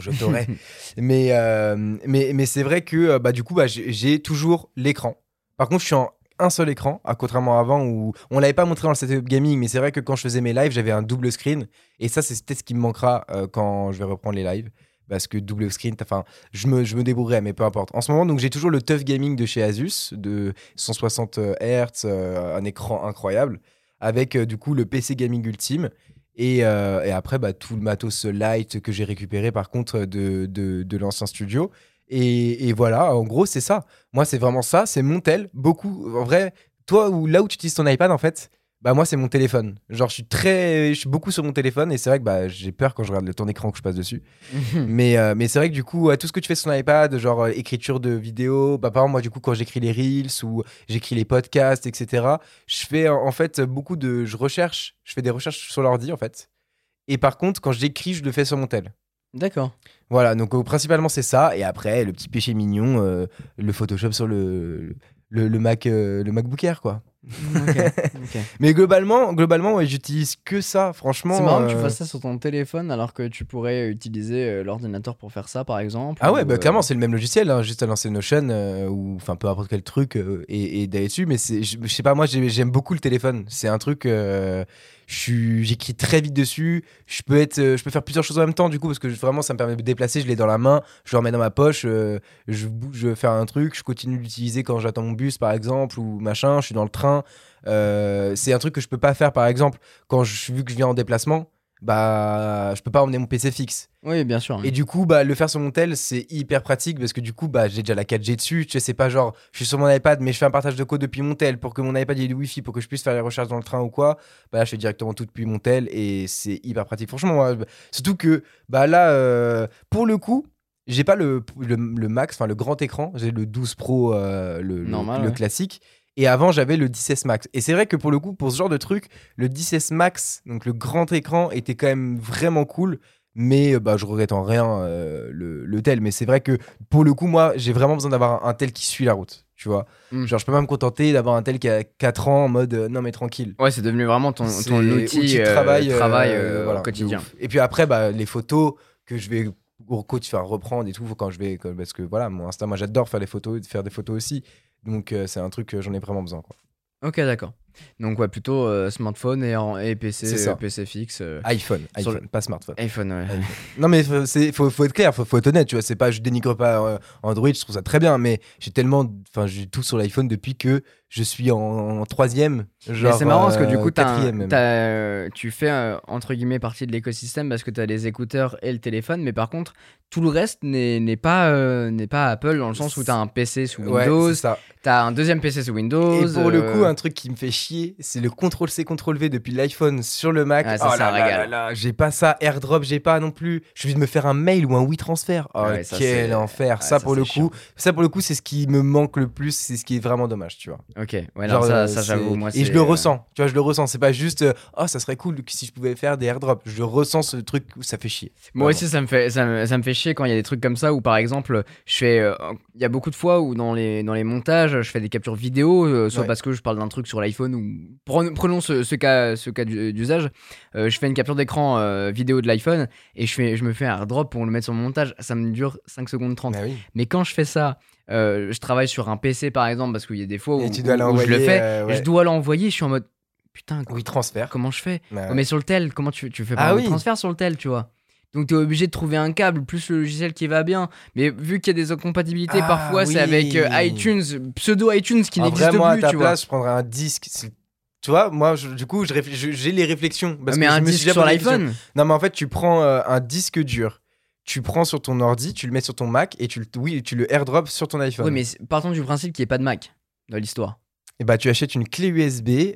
[SPEAKER 2] mais c'est vrai que du coup j'ai toujours l'écran. Par contre, je suis en un seul écran, contrairement à avant où on l'avait pas montré dans le setup gaming, mais c'est vrai que quand je faisais mes lives, j'avais un double screen et ça c'est peut-être ce qui me manquera quand je vais reprendre les lives. Parce que double screen, je me débrouillerai, mais peu importe. En ce moment, donc j'ai toujours le TUF Gaming de chez Asus, de 160 Hz, un écran incroyable, avec du coup le PC Gaming Ultime. Et après, tout le matos light que j'ai récupéré par contre de l'ancien studio. Et voilà, en gros, c'est ça. Moi, c'est vraiment ça, c'est mon tel. Beaucoup, en vrai, toi, là où tu utilises ton iPad, en fait, moi c'est mon téléphone. Genre je suis beaucoup sur mon téléphone et c'est vrai que j'ai peur quand je regarde le temps d'écran que je passe dessus. mais c'est vrai que du coup tout ce que tu fais sur ton iPad, genre écriture de vidéos, par exemple moi du coup quand j'écris les reels ou j'écris les podcasts, etc. Je fais en fait je fais des recherches sur l'ordi en fait. Et par contre quand j'écris je le fais sur mon tel.
[SPEAKER 1] D'accord.
[SPEAKER 2] Voilà, donc principalement c'est ça. Et après, le petit péché mignon, le Photoshop sur le MacBook Air, quoi.
[SPEAKER 1] Ok.
[SPEAKER 2] Mais globalement, ouais, j'utilise que ça, franchement.
[SPEAKER 1] C'est marrant que tu fasses ça sur ton téléphone alors que tu pourrais utiliser l'ordinateur pour faire ça, par exemple.
[SPEAKER 2] Ah ouais, bah clairement, c'est le même logiciel, hein, juste à lancer Notion ou enfin peu importe quel truc et d'aller dessus. Mais je sais pas, moi j'aime beaucoup le téléphone. C'est un truc, j'écris très vite dessus. Je peux faire plusieurs choses en même temps du coup parce que vraiment ça me permet de me déplacer. Je l'ai dans la main, je le remets dans ma poche, je bouge, je vais faire un truc, je continue d'utiliser quand j'attends mon bus par exemple ou machin. Je suis dans le train. C'est un truc que je peux pas faire par exemple vu que je viens en déplacement. Bah, je peux pas emmener mon PC fixe.
[SPEAKER 1] Oui, bien sûr.
[SPEAKER 2] Et du coup, bah, le faire sur mon tel, c'est hyper pratique parce que du coup, bah, j'ai déjà la 4G dessus. Tu sais, c'est pas genre, je suis sur mon iPad, mais je fais un partage de code depuis mon tel pour que mon iPad ait du Wi-Fi pour que je puisse faire les recherches dans le train ou quoi. Bah, là, je fais directement tout depuis mon tel et c'est hyper pratique. Franchement, moi, surtout que, bah, là, pour le coup, j'ai pas le max, enfin, le grand écran. J'ai le 12 Pro,
[SPEAKER 1] Normal,
[SPEAKER 2] le
[SPEAKER 1] ouais.
[SPEAKER 2] classique. Et avant, j'avais le 10S Max. Et c'est vrai que pour le coup, pour ce genre de truc, le 10S Max, donc le grand écran, était quand même vraiment cool. Mais bah, je regrette en rien le tel. Mais c'est vrai que pour le coup, moi, j'ai vraiment besoin d'avoir un tel qui suit la route. Tu vois, genre, je peux pas me contenter d'avoir un tel qui a 4 ans en mode non, mais tranquille.
[SPEAKER 1] Ouais, c'est devenu vraiment ton outil
[SPEAKER 2] de travail,
[SPEAKER 1] au quotidien.
[SPEAKER 2] Et puis après, bah, les photos que je vais reprendre et tout parce que voilà, mon Insta, moi, j'adore faire des photos, faire des photos aussi. Donc, c'est un truc que j'en ai vraiment besoin, quoi.
[SPEAKER 1] Ok, d'accord. Donc, ouais, plutôt smartphone et PC, PC fixe.
[SPEAKER 2] iPhone, pas smartphone.
[SPEAKER 1] iPhone, ouais.
[SPEAKER 2] iPhone. Non, mais faut être clair, faut être honnête, tu vois. C'est pas, je dénigre pas Android, je trouve ça très bien, mais j'ai tout sur l'iPhone depuis que je suis en troisième. Genre,
[SPEAKER 1] mais c'est marrant parce que du coup, tu fais entre guillemets partie de l'écosystème parce que tu as les écouteurs et le téléphone, mais par contre, tout le reste n'est pas Apple dans le sens où tu as un PC sous Windows, tu as un deuxième PC sous Windows.
[SPEAKER 2] Et pour le coup, un truc qui me fait chier, c'est le CTRL-C, CTRL-V depuis l'iPhone sur le Mac.
[SPEAKER 1] Ah, ça, c'est un régal.
[SPEAKER 2] J'ai pas ça, AirDrop, j'ai pas non plus. Je vais me faire un mail ou un WeTransfer. Oh,
[SPEAKER 1] ouais,
[SPEAKER 2] quel enfer.
[SPEAKER 1] Ouais,
[SPEAKER 2] ça, pour le coup, c'est ce qui me manque le plus, c'est ce qui est vraiment dommage, tu vois.
[SPEAKER 1] Ok, ouais, genre, non, ça j'avoue, moi
[SPEAKER 2] et je le ressens, tu vois, je le ressens. C'est pas juste, oh, ça serait cool si je pouvais faire des airdrops. Je ressens ce truc où ça fait chier.
[SPEAKER 1] Moi aussi, ça me fait chier quand il y a des trucs comme ça où, par exemple, il y a beaucoup de fois où dans les montages, je fais des captures vidéo, soit parce que je parle d'un truc sur l'iPhone ou prenons ce cas d'usage, je fais une capture d'écran vidéo de l'iPhone et je me fais un airdrop pour le mettre sur mon montage. Ça me dure 5 secondes 30.
[SPEAKER 2] Oui.
[SPEAKER 1] Mais quand je fais ça, je travaille sur un PC par exemple parce qu'il y a des fois où
[SPEAKER 2] tu dois
[SPEAKER 1] je le fais, je dois l'envoyer, je suis en mode putain,
[SPEAKER 2] WeTransfer.
[SPEAKER 1] Comment je fais
[SPEAKER 2] ouais.
[SPEAKER 1] Mais sur le tel, comment tu fais pas un transfert sur le tel, tu vois. Donc t'es obligé de trouver un câble plus le logiciel qui va bien. Mais vu qu'il y a des incompatibilités, parfois c'est avec iTunes, pseudo iTunes qui n'existe plus,
[SPEAKER 2] à ta
[SPEAKER 1] tu
[SPEAKER 2] place,
[SPEAKER 1] vois.
[SPEAKER 2] je prendrais un disque. Tu vois, moi, du coup, j'ai les réflexions. Parce
[SPEAKER 1] mais
[SPEAKER 2] que
[SPEAKER 1] un disque sur l'iPhone.
[SPEAKER 2] Non, mais en fait, tu prends un disque dur. Tu prends sur ton ordi, tu le mets sur ton Mac et tu le airdrop sur ton iPhone.
[SPEAKER 1] Oui, mais partons du principe qu'il n'y ait pas de Mac dans l'histoire.
[SPEAKER 2] Et bah, tu achètes une clé USB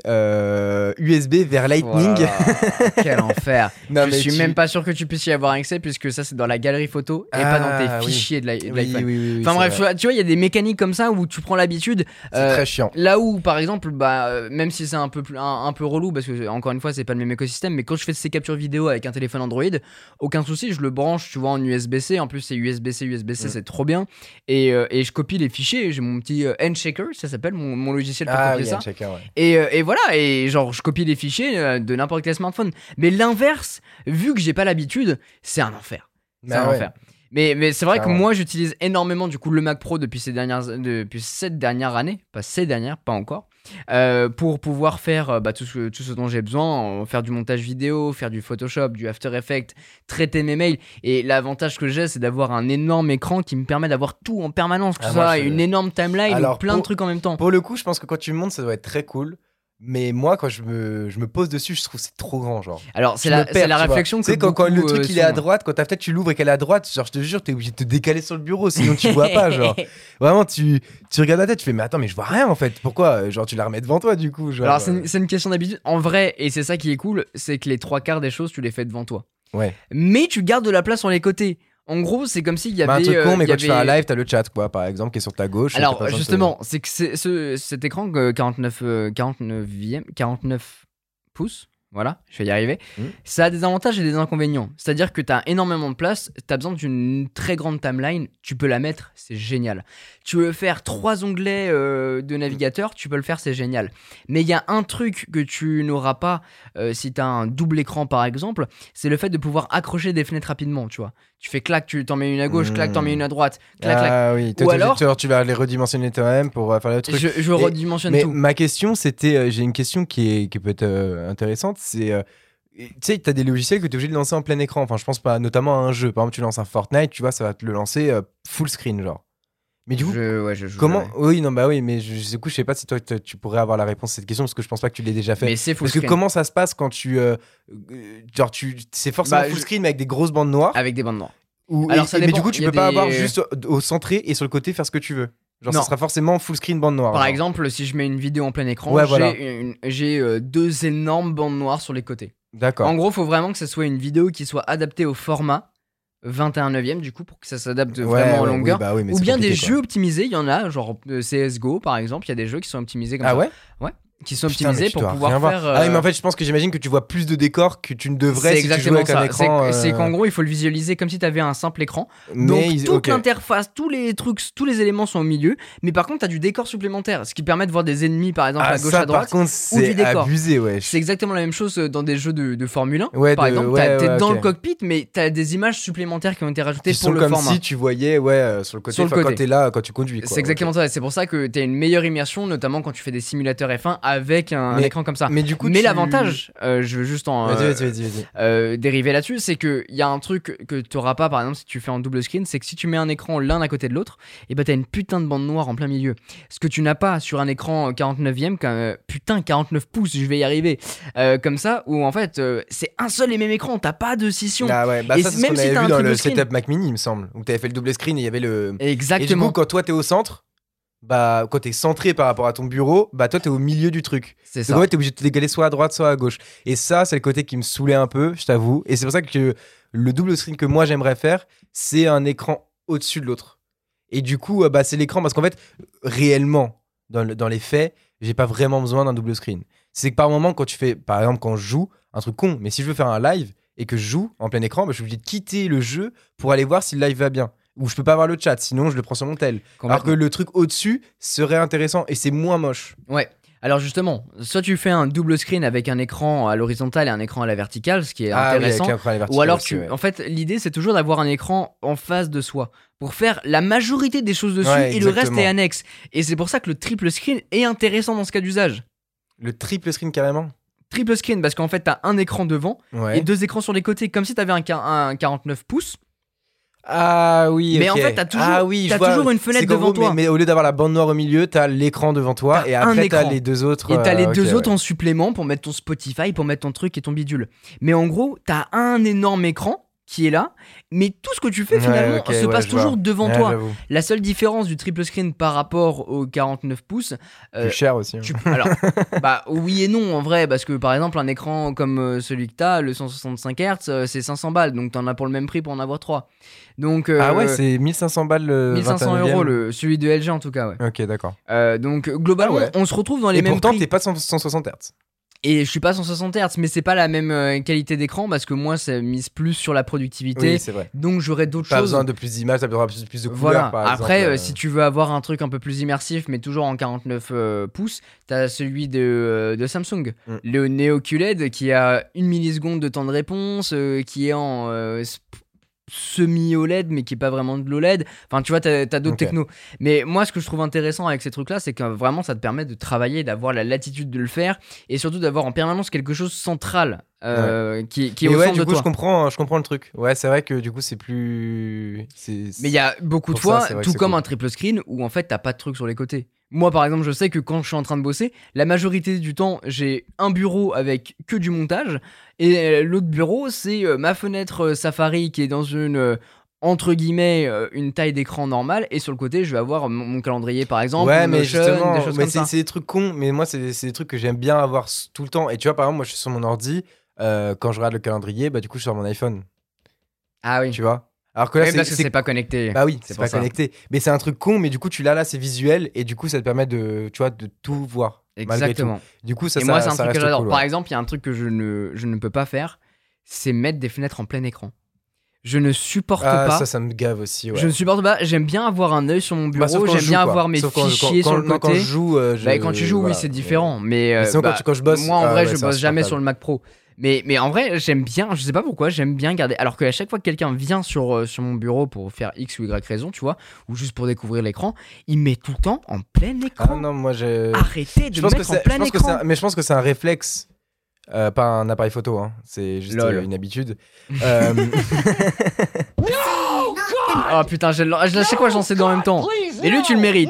[SPEAKER 2] vers Lightning.
[SPEAKER 1] Voilà. Quel enfer. Je suis même pas sûr que tu puisses y avoir accès puisque ça c'est dans la galerie photo et pas dans tes fichiers de l'iPhone.
[SPEAKER 2] Oui,
[SPEAKER 1] enfin bref, tu vois, il y a des mécaniques comme ça où tu prends l'habitude.
[SPEAKER 2] C'est très chiant.
[SPEAKER 1] Là où par exemple, même si c'est un peu relou parce que encore une fois c'est pas le même écosystème, mais quand je fais ces captures vidéo avec un téléphone Android, aucun souci, je le branche, tu vois, en USB-C. En plus c'est USB-C, c'est trop bien. Et je copie les fichiers. J'ai mon petit Handshaker, ça s'appelle mon logiciel. Ça. Et voilà, et genre je copie les fichiers de n'importe quel smartphone. Mais l'inverse, vu que j'ai pas l'habitude, c'est un enfer. C'est un enfer. Mais c'est vrai que moi j'utilise énormément du coup le Mac Pro depuis cette dernière année, pas encore, pour pouvoir faire tout ce dont j'ai besoin, faire du montage vidéo, faire du Photoshop, du After Effects, traiter mes mails. Et l'avantage que j'ai, c'est d'avoir un énorme écran qui me permet d'avoir tout en permanence, une énorme timeline, plein de trucs en même temps.
[SPEAKER 2] Pour le coup, je pense que quand tu me montres, ça doit être très cool. Mais moi, quand je me pose dessus, je trouve que c'est trop grand, genre.
[SPEAKER 1] Alors, c'est la réflexion que
[SPEAKER 2] quand le truc il est à droite, quand ta fenêtre tu l'ouvres et qu'elle est à droite, genre, je te jure, t'es obligé de te décaler sur le bureau, sinon tu vois pas, genre. Vraiment, tu regardes la tête, tu fais, mais attends, mais je vois rien en fait. Pourquoi? Genre, tu la remets devant toi, du coup. Genre,
[SPEAKER 1] alors, c'est une question d'habitude. En vrai, et c'est ça qui est cool, c'est que les 3/4 des choses, tu les fais devant toi.
[SPEAKER 2] Ouais.
[SPEAKER 1] Mais tu gardes de la place sur les côtés. En gros, c'est comme s'il y avait.
[SPEAKER 2] Un truc con, mais quand tu fais un live, t'as le chat, quoi, par exemple, qui est sur ta gauche.
[SPEAKER 1] Alors, justement, c'est que cet écran 49 pouces, Voilà, je vais y arriver. Ça a des avantages et des inconvénients. C'est-à-dire que tu as énormément de place, tu as besoin d'une très grande timeline, tu peux la mettre, c'est génial. Tu veux faire 3 onglets de navigateur, tu peux le faire, c'est génial. Mais il y a un truc que tu n'auras pas si tu as un double écran par exemple, c'est le fait de pouvoir accrocher des fenêtres rapidement, tu vois. Tu fais clac, tu t'en mets une à gauche, clac, t'en mets une à droite, clac, clac.
[SPEAKER 2] Ah oui,
[SPEAKER 1] ou alors
[SPEAKER 2] tu vas les redimensionner toi-même pour faire le truc.
[SPEAKER 1] Je redimensionne tout.
[SPEAKER 2] Ma question, c'était, j'ai une question qui peut être intéressante, c'est, tu sais, t'as des logiciels que t'es obligé de lancer en plein écran. Enfin, je pense pas, notamment à un jeu. Par exemple, tu lances un Fortnite, tu vois, ça va te le lancer full screen, genre. Mais du coup,
[SPEAKER 1] je joue
[SPEAKER 2] comment
[SPEAKER 1] jamais.
[SPEAKER 2] Oui, non, bah oui, mais du coup, je sais pas si toi tu pourrais avoir la réponse à cette question parce que je pense pas que tu l'aies déjà fait.
[SPEAKER 1] Mais c'est full
[SPEAKER 2] Parce que
[SPEAKER 1] screen.
[SPEAKER 2] comment ça se passe quand c'est forcément full screen mais avec des grosses bandes noires.
[SPEAKER 1] Avec des bandes noires.
[SPEAKER 2] Alors, mais du coup, tu peux pas avoir juste au centré et sur le côté faire ce que tu veux. Genre,
[SPEAKER 1] non.
[SPEAKER 2] Ça sera forcément full screen bande noire.
[SPEAKER 1] Par exemple, si je mets une vidéo en plein écran, j'ai 2 énormes bandes noires sur les côtés.
[SPEAKER 2] D'accord.
[SPEAKER 1] En gros, il faut vraiment que ce soit une vidéo qui soit adaptée au format 21/9 du coup pour que ça s'adapte vraiment en longueur.
[SPEAKER 2] Oui,
[SPEAKER 1] ou bien des jeux optimisés, il y en a, genre CSGO par exemple, il y a des jeux qui sont optimisés comme ça.
[SPEAKER 2] Ah ouais ?
[SPEAKER 1] Ouais. Qui sont optimisés pour pouvoir faire.
[SPEAKER 2] Ah oui, mais en fait, je pense que j'imagine que tu vois plus de décors que tu ne devrais si tu joues avec un écran.
[SPEAKER 1] C'est qu'en gros, il faut le visualiser comme si tu avais un simple écran. Donc, toute l'interface, tous les trucs, tous les éléments sont au milieu. Mais par contre, tu as du décor supplémentaire, ce qui permet de voir des ennemis, par exemple, à gauche, à droite.
[SPEAKER 2] Par contre,
[SPEAKER 1] ou du décor.
[SPEAKER 2] Abusé, ouais.
[SPEAKER 1] C'est exactement la même chose dans des jeux de Formule 1. Par exemple, t'es dans le cockpit, mais tu as des images supplémentaires qui ont été rajoutées pour le format.
[SPEAKER 2] Comme si tu voyais sur le côté, quand t'es là, quand tu conduis.
[SPEAKER 1] C'est exactement ça. C'est pour ça que tu as une meilleure immersion, notamment quand tu fais des simulateurs F1 avec un écran comme ça.
[SPEAKER 2] Mais du coup,
[SPEAKER 1] l'avantage, je veux juste en
[SPEAKER 2] vas-y.
[SPEAKER 1] dériver là-dessus, c'est qu'il y a un truc que tu n'auras pas, par exemple, si tu fais en double screen, c'est que si tu mets un écran l'un à côté de l'autre, et bah t'as une putain de bande noire en plein milieu. Ce que tu n'as pas sur un écran 49ème, 49 pouces, je vais y arriver, comme ça, où en fait, c'est un seul et même écran, t'as pas de scission.
[SPEAKER 2] Ah ouais, bah
[SPEAKER 1] et
[SPEAKER 2] ça, c'est ce qu'on avait vu dans le setup Mac Mini, il me semble, où t'avais fait le double screen et il y avait le.
[SPEAKER 1] Exactement.
[SPEAKER 2] Et du coup, quand toi t'es au centre, bah quand t'es centré par rapport à ton bureau, bah toi t'es au milieu du truc.
[SPEAKER 1] C'est ça.
[SPEAKER 2] Donc en fait t'es obligé de te décaler soit à droite soit à gauche. Et ça c'est le côté qui me saoulait un peu, je t'avoue. Et c'est pour ça que le double screen que moi j'aimerais faire, c'est un écran au-dessus de l'autre. Et du coup bah c'est l'écran parce qu'en fait réellement dans les faits, j'ai pas vraiment besoin d'un double screen. C'est que par moment quand tu fais, par exemple quand je joue, un truc con, mais si je veux faire un live et que je joue en plein écran, bah, je suis obligé de quitter le jeu pour aller voir si le live va bien. Ou je peux pas avoir le chat, sinon je le prends sur mon tel. Alors que le truc au-dessus serait intéressant et c'est moins moche.
[SPEAKER 1] Ouais. Alors justement, soit tu fais un double screen avec un écran à l'horizontale et un écran à la verticale, ce qui est intéressant.
[SPEAKER 2] Ou
[SPEAKER 1] alors en fait, l'idée c'est toujours d'avoir un écran en face de soi pour faire la majorité des choses dessus et le reste est annexe. Et c'est pour ça que le triple screen est intéressant dans ce cas d'usage.
[SPEAKER 2] Le triple screen carrément.
[SPEAKER 1] Triple screen parce qu'en fait t'as un écran devant et 2 écrans sur les côtés, comme si t'avais un 49 pouces.
[SPEAKER 2] Ah oui,
[SPEAKER 1] mais en fait t'as toujours une fenêtre devant toi.
[SPEAKER 2] Mais au lieu d'avoir la bande noire au milieu, t'as l'écran devant toi et après t'as les 2 autres.
[SPEAKER 1] Et t'as les 2 autres en supplément pour mettre ton Spotify, pour mettre ton truc et ton bidule. Mais en gros, t'as un énorme écran qui est là, mais tout ce que tu fais finalement se passe toujours devant toi.
[SPEAKER 2] J'avoue.
[SPEAKER 1] La seule différence du triple screen par rapport au 49 pouces,
[SPEAKER 2] plus cher aussi.
[SPEAKER 1] Alors, bah oui et non en vrai, parce que par exemple un écran comme celui que t'as, le 165 Hz, c'est 500 balles, donc t'en as pour le même prix pour en avoir 3. Donc
[SPEAKER 2] ah ouais, c'est 1500 balles le
[SPEAKER 1] 1500 € celui de LG en tout cas, ouais.
[SPEAKER 2] Ok, d'accord.
[SPEAKER 1] Donc globalement, on se retrouve dans les mêmes
[SPEAKER 2] pourtant,
[SPEAKER 1] prix.
[SPEAKER 2] t'es pas 160 Hz.
[SPEAKER 1] Et je suis pas 160 Hz, mais c'est pas la même qualité d'écran parce que moi ça mise plus sur la productivité.
[SPEAKER 2] Oui, c'est vrai.
[SPEAKER 1] Donc j'aurais d'autres
[SPEAKER 2] pas
[SPEAKER 1] choses.
[SPEAKER 2] Pas besoin de plus d'images, ça besoin de plus de couleurs.
[SPEAKER 1] Voilà.
[SPEAKER 2] Par
[SPEAKER 1] Après,
[SPEAKER 2] exemple,
[SPEAKER 1] si tu veux avoir un truc un peu plus immersif, mais toujours en 49 pouces, t'as celui de Samsung, le Neo QLED qui a 1 milliseconde de temps de réponse, qui est en semi-OLED mais qui est pas vraiment de l'OLED. Enfin tu vois, t'as d'autres technos. Mais moi ce que je trouve intéressant avec ces trucs là, c'est que vraiment ça te permet de travailler, d'avoir la latitude de le faire et surtout d'avoir en permanence quelque chose central qui est au centre de toi.
[SPEAKER 2] Je comprends le truc. Ouais, c'est vrai que du coup c'est plus...
[SPEAKER 1] Mais il y a beaucoup de fois, tout comme un triple screen où en fait t'as pas de truc sur les côtés. Moi par exemple je sais que quand je suis en train de bosser, la majorité du temps j'ai un bureau avec que du montage et l'autre bureau c'est ma fenêtre Safari qui est dans une entre guillemets une taille d'écran normale et sur le côté je vais avoir mon calendrier par exemple,
[SPEAKER 2] ouais, mais
[SPEAKER 1] Notion,
[SPEAKER 2] justement,
[SPEAKER 1] des choses comme ça.
[SPEAKER 2] C'est des trucs cons, mais moi c'est des trucs que j'aime bien avoir tout le temps. Et tu vois par exemple moi je suis sur mon ordi, quand je regarde le calendrier, bah du coup je suis sur mon iPhone.
[SPEAKER 1] Ah oui.
[SPEAKER 2] Tu vois. Alors que là,
[SPEAKER 1] parce que c'est pas connecté.
[SPEAKER 2] Bah oui, c'est pas connecté. Mais c'est un truc con, mais du coup, tu l'as là, c'est visuel, et du coup, ça te permet de, tu vois, de tout voir.
[SPEAKER 1] Exactement.
[SPEAKER 2] Du coup, ça,
[SPEAKER 1] moi, c'est un truc que
[SPEAKER 2] reste
[SPEAKER 1] j'adore.
[SPEAKER 2] cool,
[SPEAKER 1] Par exemple, il y a un truc que je ne peux pas faire, c'est mettre des fenêtres en plein écran. Je ne supporte pas.
[SPEAKER 2] Ça me gave aussi. Ouais.
[SPEAKER 1] Je ne supporte pas. J'aime bien avoir un œil sur mon bureau. J'aime bien avoir mes fichiers sur le côté.
[SPEAKER 2] Quand je joue,
[SPEAKER 1] quand tu joues, oui, c'est différent. Mais
[SPEAKER 2] sinon, quand je bosse,
[SPEAKER 1] moi, en vrai, je bosse jamais sur le Mac Pro. Mais en vrai, j'aime bien. Je sais pas pourquoi. J'aime bien garder. Alors qu'à chaque fois que quelqu'un vient sur mon bureau pour faire X ou Y raison, tu vois, ou juste pour découvrir l'écran, il met tout le temps en plein écran.
[SPEAKER 2] Ah non, moi
[SPEAKER 1] Arrêtez de mettre en plein écran.
[SPEAKER 2] Mais je pense que c'est un réflexe. Pas un appareil photo, hein. C'est juste une habitude.
[SPEAKER 1] Oh putain, je sais quoi, j'en sais dans en même temps. Et lui, tu le mérites.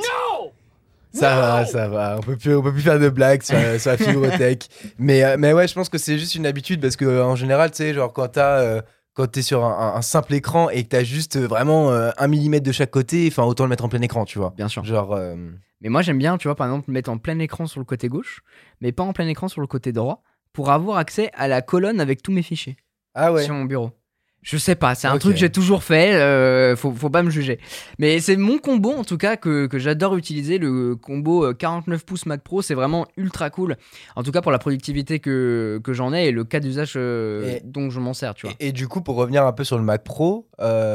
[SPEAKER 2] Ça va. On peut plus faire de blagues sur la fibrothèque. mais ouais, je pense que c'est juste une habitude parce que en général, tu sais, genre quand t'es sur un simple écran et que t'as juste vraiment 1 millimètre de chaque côté, enfin autant le mettre en plein écran, tu vois.
[SPEAKER 1] Bien sûr.
[SPEAKER 2] Genre.
[SPEAKER 1] Mais moi, j'aime bien, tu vois, par exemple, mettre en plein écran sur le côté gauche, mais pas en plein écran sur le côté droit, pour avoir accès à la colonne avec tous mes fichiers.
[SPEAKER 2] Ah ouais.
[SPEAKER 1] Sur mon bureau. Je sais pas, c'est un truc que j'ai toujours fait, faut pas me juger. Mais c'est mon combo en tout cas que j'adore utiliser, le combo 49 pouces Mac Pro, c'est vraiment ultra cool. En tout cas pour la productivité que j'en ai et le cas d'usage dont je m'en sers, tu vois.
[SPEAKER 2] Et du coup, pour revenir un peu sur le Mac Pro,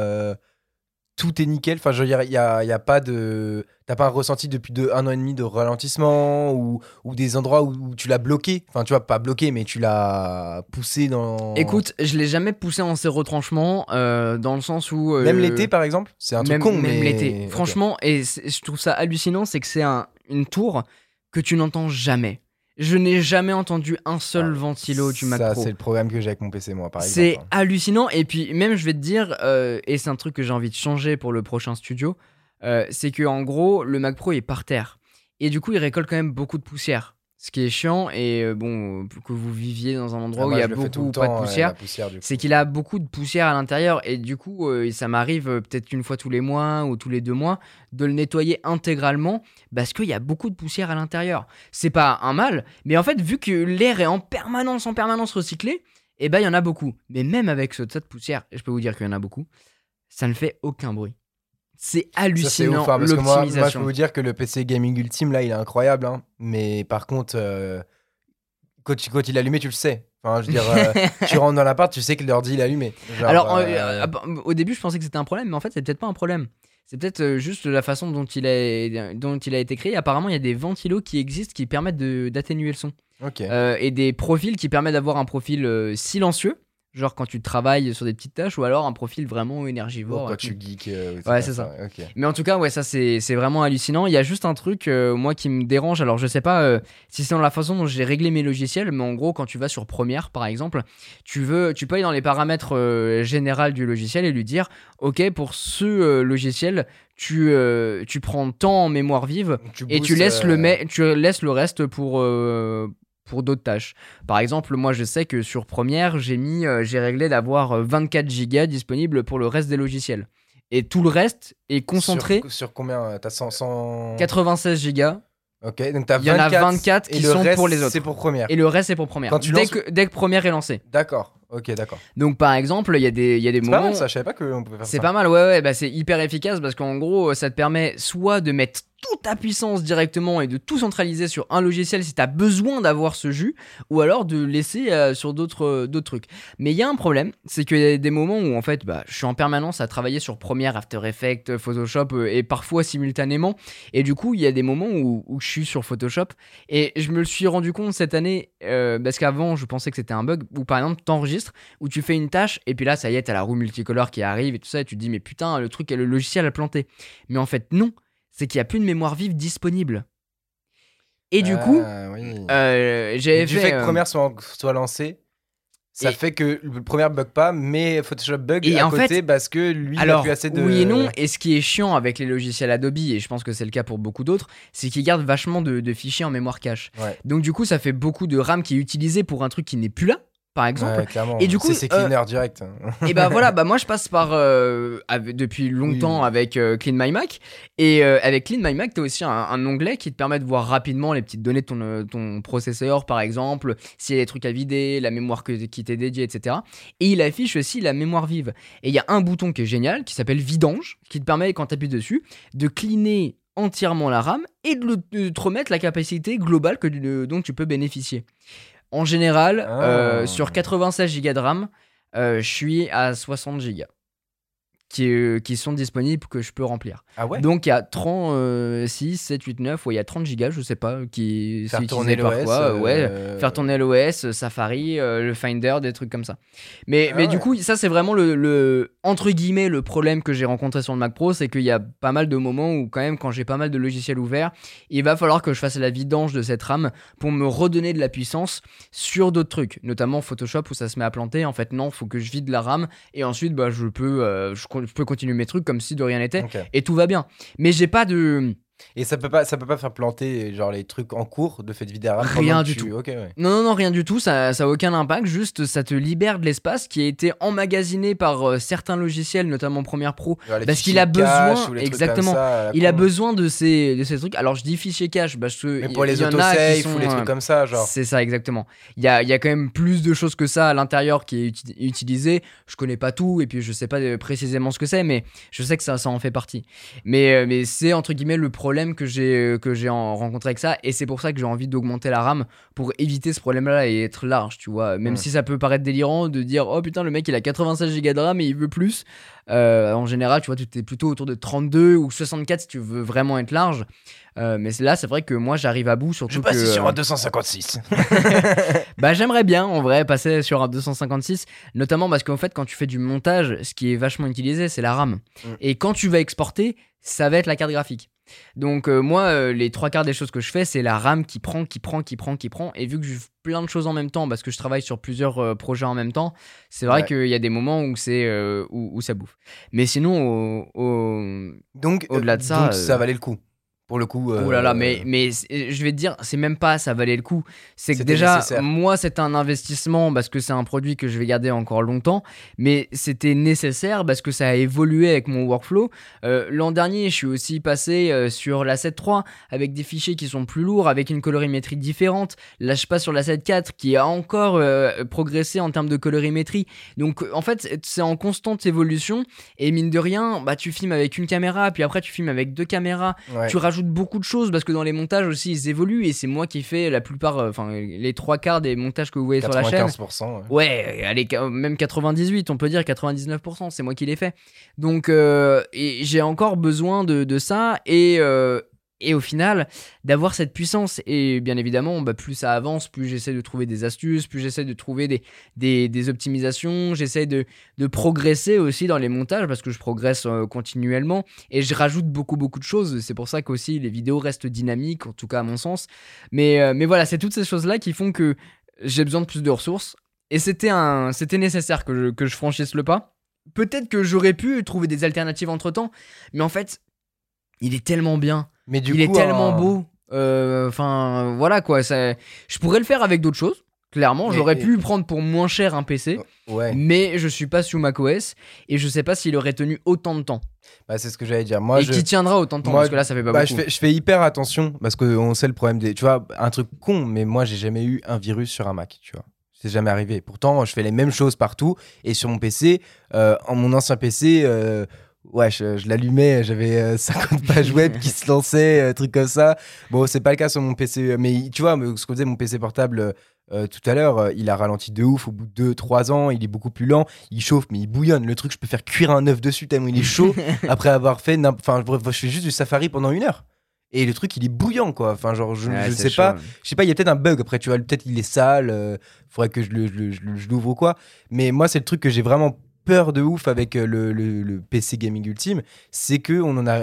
[SPEAKER 2] tout est nickel. Enfin, je veux dire, il y a pas de. T'as pas ressenti depuis 1 an et demi de ralentissement ou des endroits où tu l'as bloqué. Enfin, tu vois, pas bloqué, mais tu l'as poussé dans.
[SPEAKER 1] Écoute, je l'ai jamais poussé en ses retranchements, dans le sens où.
[SPEAKER 2] Même l'été, par exemple, c'est un truc con.
[SPEAKER 1] Même l'été. Franchement, et je trouve ça hallucinant, c'est que c'est une tour que tu n'entends jamais. Je n'ai jamais entendu un seul ventilo du Mac Pro.
[SPEAKER 2] Ça, c'est le problème que j'ai avec mon PC, moi, par exemple.
[SPEAKER 1] C'est hallucinant. Et puis, même, je vais te dire, et c'est un truc que j'ai envie de changer pour le prochain studio, c'est que en gros, le Mac Pro est par terre. Et du coup, il récolte quand même beaucoup de poussière. Ce qui est chiant, et bon, que vous viviez dans un endroit où il y a beaucoup ou pas de poussière, c'est qu'il a beaucoup de poussière à l'intérieur. Et du coup, ça m'arrive peut-être une fois tous les mois ou tous les 2 mois de le nettoyer intégralement parce qu'il y a beaucoup de poussière à l'intérieur. C'est pas un mal, mais en fait, vu que l'air est en permanence recyclé, et ben il y en a beaucoup. Mais même avec ce tas de poussière, et je peux vous dire qu'il y en a beaucoup, ça ne fait aucun bruit. C'est hallucinant,
[SPEAKER 2] ça, c'est ouf, hein,
[SPEAKER 1] l'optimisation.
[SPEAKER 2] Moi, je peux vous dire que le PC Gaming Ultime, là, il est incroyable. Hein. Mais par contre, quand il est allumé, tu le sais. Enfin, je veux dire, tu rentres dans l'appart, tu sais que l'ordi il est allumé. Genre,
[SPEAKER 1] alors, au début, je pensais que c'était un problème, mais en fait, c'est peut-être pas un problème. C'est peut-être juste la façon dont il a été créé. Apparemment, il y a des ventilos qui existent qui permettent d'atténuer le son.
[SPEAKER 2] Ok.
[SPEAKER 1] Et des profils qui permettent d'avoir un profil silencieux. Genre quand tu travailles sur des petites tâches, ou alors un profil vraiment énergivore.
[SPEAKER 2] Quand tu geeks.
[SPEAKER 1] Ouais, c'est ça.
[SPEAKER 2] Okay.
[SPEAKER 1] Mais en tout cas, ouais, ça c'est vraiment hallucinant. Il y a juste un truc, moi, qui me dérange. Alors, je sais pas si c'est dans la façon dont j'ai réglé mes logiciels, mais en gros, quand tu vas sur Premiere, par exemple, tu peux aller dans les paramètres généraux du logiciel et lui dire, ok, pour ce logiciel, tu prends tant en mémoire vive et tu laisses le reste pour d'autres tâches. Par exemple, moi je sais que sur Premiere, j'ai réglé d'avoir 24 Go disponibles pour le reste des logiciels. Et tout le reste est concentré.
[SPEAKER 2] Sur combien? T'as 100...
[SPEAKER 1] 96 Go.
[SPEAKER 2] Ok, donc t'as 24.
[SPEAKER 1] Il y en a 24 qui sont pour les autres.
[SPEAKER 2] C'est pour Premiere.
[SPEAKER 1] Et le reste, c'est pour Premiere. Dès que Premiere est lancé.
[SPEAKER 2] D'accord. Ok, d'accord.
[SPEAKER 1] Donc par exemple, il y a des moments.
[SPEAKER 2] C'est pas mal ça, je savais pas qu'on pouvait faire ça.
[SPEAKER 1] C'est pas mal, ouais, bah c'est hyper efficace parce qu'en gros, ça te permet soit de mettre toute ta puissance directement et de tout centraliser sur un logiciel si t'as besoin d'avoir ce jus, ou alors de laisser sur d'autres trucs. Mais il y a un problème, c'est qu'il y a des moments où en fait, je suis en permanence à travailler sur Premiere, After Effects, Photoshop et parfois simultanément. Et du coup, il y a des moments où je suis sur Photoshop et je me le suis rendu compte cette année parce qu'avant, je pensais que c'était un bug où par exemple, t'enregistres, où tu fais une tâche et puis là ça y est, t'as la roue multicolore qui arrive et tout ça et tu te dis mais putain, le logiciel a planté. Mais en fait non, c'est qu'il n'y a plus de mémoire vive disponible. Et du coup, j'avais
[SPEAKER 2] du fait que Premiere soit lancé, ça fait que le Premiere bug pas, mais Photoshop bug à côté parce que lui il a plus assez de...
[SPEAKER 1] Oui et non, et ce qui est chiant avec les logiciels Adobe, et je pense que c'est le cas pour beaucoup d'autres, c'est qu'ils gardent vachement de fichiers en mémoire cache. Ouais. Donc du coup ça fait beaucoup de RAM qui est utilisé pour un truc qui n'est plus là, par exemple.
[SPEAKER 2] Ouais, clairement.
[SPEAKER 1] Et du coup,
[SPEAKER 2] c'est cleaner direct.
[SPEAKER 1] Et voilà, moi je passe par depuis longtemps avec Clean My Mac, et avec Clean My Mac, t'as aussi un onglet qui te permet de voir rapidement les petites données de ton processeur, par exemple, s'il y a des trucs à vider, la mémoire qui t'est dédiée, etc. Et il affiche aussi la mémoire vive. Et il y a un bouton qui est génial, qui s'appelle Vidange, qui te permet, quand t'appuies dessus, de cleaner entièrement la RAM et de te remettre la capacité globale dont tu peux bénéficier. En général, sur 96 Go de RAM, je suis à 60 Go. Qui sont disponibles, que je peux remplir.
[SPEAKER 2] Ah ouais.
[SPEAKER 1] Donc il y a 36, 7, 8, 9, ouais, il y a 30 gigas, je sais pas, qui
[SPEAKER 2] faire
[SPEAKER 1] c'est
[SPEAKER 2] tourner
[SPEAKER 1] utilisé parfois.
[SPEAKER 2] l'OS,
[SPEAKER 1] faire tourner l'OS, Safari, le Finder, des trucs comme ça. Mais du coup, ça c'est vraiment le entre guillemets le problème que j'ai rencontré sur le Mac Pro, c'est qu'il y a pas mal de moments où quand même, quand j'ai pas mal de logiciels ouverts, il va falloir que je fasse la vidange de cette RAM pour me redonner de la puissance sur d'autres trucs, notamment Photoshop où ça se met à planter. En fait, non, faut que je vide la RAM et ensuite je peux continuer mes trucs comme si de rien n'était, et tout va bien. Mais j'ai pas de...
[SPEAKER 2] Et ça peut pas faire planter genre les trucs en cours de fait de vider la RAM.
[SPEAKER 1] Rien du tout. Non, rien du tout. Ça a aucun impact. Juste, ça te libère de l'espace qui a été emmagasiné par certains logiciels, notamment Premiere Pro, parce qu'il a besoin. Exactement. Il a besoin de ces trucs. Alors je dis fichier cache parce que
[SPEAKER 2] mais pour les autosave ou les trucs comme ça, genre.
[SPEAKER 1] C'est ça, exactement. Il y a quand même plus de choses que ça à l'intérieur qui est utilisé. Je connais pas tout et puis je sais pas précisément ce que c'est, mais je sais que ça en fait partie. Mais c'est entre guillemets le problème que j'ai rencontré avec ça, et c'est pour ça que j'ai envie d'augmenter la RAM pour éviter ce problème là et être large, tu vois, même si ça peut paraître délirant de dire oh putain le mec il a 96 Go de RAM et il veut plus. En général tu vois, tu es plutôt autour de 32 ou 64 si tu veux vraiment être large. Mais là c'est vrai que moi j'arrive à bout, surtout
[SPEAKER 2] je passe sur un 256.
[SPEAKER 1] J'aimerais bien en vrai passer sur un 256, notamment parce qu'en fait quand tu fais du montage, ce qui est vachement utilisé c'est la RAM, et quand tu vas exporter ça va être la carte graphique. Donc moi les 3/4 des choses que je fais c'est la RAM qui prend, et vu que je fais plein de choses en même temps parce que je travaille sur plusieurs projets en même temps, c'est vrai qu'il y a des moments où c'est où ça bouffe. Mais sinon au-delà de ça,
[SPEAKER 2] donc ça valait le coup. Pour le coup.
[SPEAKER 1] Oh là là, mais je vais te dire, c'est même pas ça valait le coup. C'est que déjà, nécessaire. Moi, c'est un investissement parce que c'est un produit que je vais garder encore longtemps, mais c'était nécessaire parce que ça a évolué avec mon workflow. L'an dernier, je suis aussi passé sur la 7.3 avec des fichiers qui sont plus lourds, avec une colorimétrie différente. Là, je passe sur la 7.4 qui a encore progressé en termes de colorimétrie. Donc, en fait, c'est en constante évolution. Et mine de rien, tu filmes avec une caméra, puis après, tu filmes avec 2 caméras. Ouais. Tu rajoutes beaucoup de choses parce que dans les montages aussi ils évoluent, et c'est moi qui fais la plupart, les 3/4 des montages que vous voyez sur la chaîne.
[SPEAKER 2] 95%.
[SPEAKER 1] Ouais, allez, même 98, on peut dire 99%, c'est moi qui l'ai fait. Donc et j'ai encore besoin de ça, et au final d'avoir cette puissance. Et bien évidemment plus ça avance, plus j'essaie de trouver des astuces, plus j'essaie de trouver des optimisations, j'essaie de progresser aussi dans les montages parce que je progresse continuellement, et je rajoute beaucoup de choses. C'est pour ça qu'aussi les vidéos restent dynamiques, en tout cas à mon sens. Mais voilà, c'est toutes ces choses là qui font que j'ai besoin de plus de ressources, et c'était nécessaire que je franchisse le pas. Peut-être que j'aurais pu trouver des alternatives entre temps, mais en fait il est tellement bien. Mais il est tellement beau. Voilà quoi. Je pourrais le faire avec d'autres choses. Clairement, j'aurais pu prendre pour moins cher un PC.
[SPEAKER 2] Ouais.
[SPEAKER 1] Mais je suis pas sous macOS et je sais pas s'il aurait tenu autant de temps.
[SPEAKER 2] C'est ce que j'allais dire.
[SPEAKER 1] Qui tiendra autant de temps, parce que là ça fait pas beaucoup.
[SPEAKER 2] Je fais hyper attention parce qu'on sait le problème des. Tu vois, un truc con, mais moi j'ai jamais eu un virus sur un Mac. Tu vois. C'est jamais arrivé. Pourtant, je fais les mêmes choses partout, et sur mon PC, mon ancien PC. Je l'allumais, j'avais 50 pages web qui se lançaient, trucs comme ça. Bon, c'est pas le cas sur mon PC, mais tu vois, ce que faisait mon PC portable tout à l'heure, il a ralenti de ouf au bout de 2-3 ans, il est beaucoup plus lent, il chauffe, mais il bouillonne. Le truc, je peux faire cuire un œuf dessus tellement il est chaud après avoir fait. Je fais juste du Safari pendant 1 heure. Et le truc, il est bouillant, quoi. Enfin, genre, je sais chaud, pas. Je sais pas, il y a peut-être un bug. Après, tu vois, peut-être il est sale, faudrait que je l'ouvre ou quoi. Mais moi, c'est le truc que j'ai vraiment peur de ouf avec le PC gaming ultime, c'est que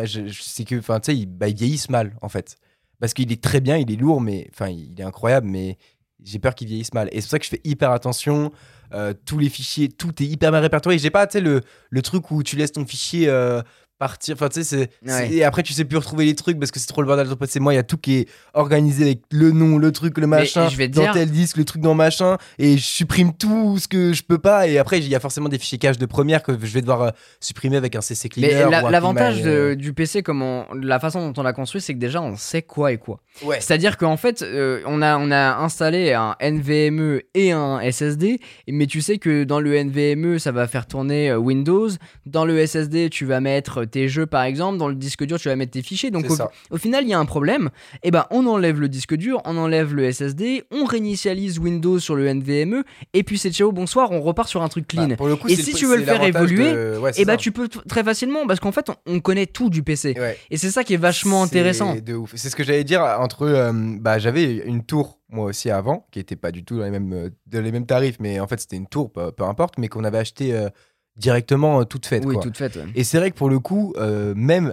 [SPEAKER 2] ils vieillissent mal en fait, parce qu'il est très bien, il est lourd, mais enfin il est incroyable, mais j'ai peur qu'il vieillisse mal, et c'est pour ça que je fais hyper attention. Tous les fichiers, tout est hyper mal répertorié. J'ai pas le truc où tu laisses ton fichier partir, enfin tu sais, et après tu sais plus retrouver les trucs parce que c'est trop le bordel. C'est moi, il y a tout qui est organisé avec le nom, le truc, le machin, dans tel disque, le truc dans machin, et je supprime tout ce que je peux pas, et après il y a forcément des fichiers cache de Premiere que je vais devoir supprimer avec un CC cleaner.
[SPEAKER 1] Mais l'avantage du PC, la façon dont on l'a construit, c'est que déjà on sait quoi et quoi. Ouais. C'est-à-dire qu'en fait on a installé un NVMe et un SSD, mais tu sais que dans le NVMe ça va faire tourner Windows, dans le SSD tu vas mettre tes jeux par exemple, dans le disque dur tu vas mettre tes fichiers, donc au final il y a un problème, et ben on enlève le disque dur, on enlève le SSD, on réinitialise Windows sur le NVMe, et puis c'est ciao bonsoir, on repart sur un truc clean.
[SPEAKER 2] Pour le coup,
[SPEAKER 1] et si tu veux le faire évoluer, et ben tu peux très facilement, parce qu'en fait on connaît tout du PC, et c'est ça qui est vachement intéressant.
[SPEAKER 2] De ouf. C'est ce que j'allais dire entre, j'avais une tour moi aussi avant, qui était pas du tout dans les mêmes tarifs, mais en fait c'était une tour, peu importe, mais qu'on avait acheté directement toute faite.
[SPEAKER 1] Oui,
[SPEAKER 2] quoi.
[SPEAKER 1] toute faite. Ouais.
[SPEAKER 2] Et c'est vrai que pour le coup, même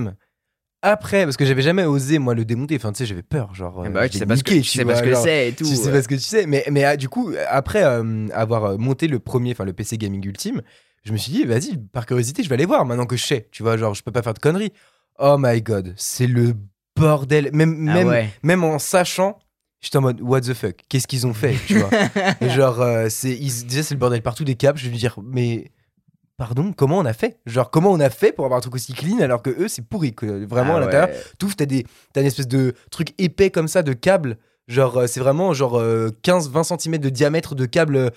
[SPEAKER 2] après, parce que j'avais jamais osé moi le démonter, enfin tu sais, j'avais peur, genre.
[SPEAKER 1] Tu sais pas ce que c'est et tout.
[SPEAKER 2] Tu sais pas ce que tu sais, mais du coup, après avoir monté le PC gaming ultime, je me suis dit, vas-y, par curiosité, je vais aller voir maintenant que je sais, tu vois, genre je peux pas faire de conneries. Oh my god, c'est le bordel, même en sachant. J'étais en mode, what the fuck, qu'est-ce qu'ils ont fait, tu vois. Genre, déjà, c'est le bordel partout des câbles. Je vais lui dire, mais pardon, comment on a fait ? Genre, comment on a fait pour avoir un truc aussi clean alors que eux, c'est pourri, quoi. Vraiment, à l'intérieur, tout, t'as une espèce de truc épais comme ça de câbles. Genre, c'est vraiment genre 15-20 cm de diamètre de câble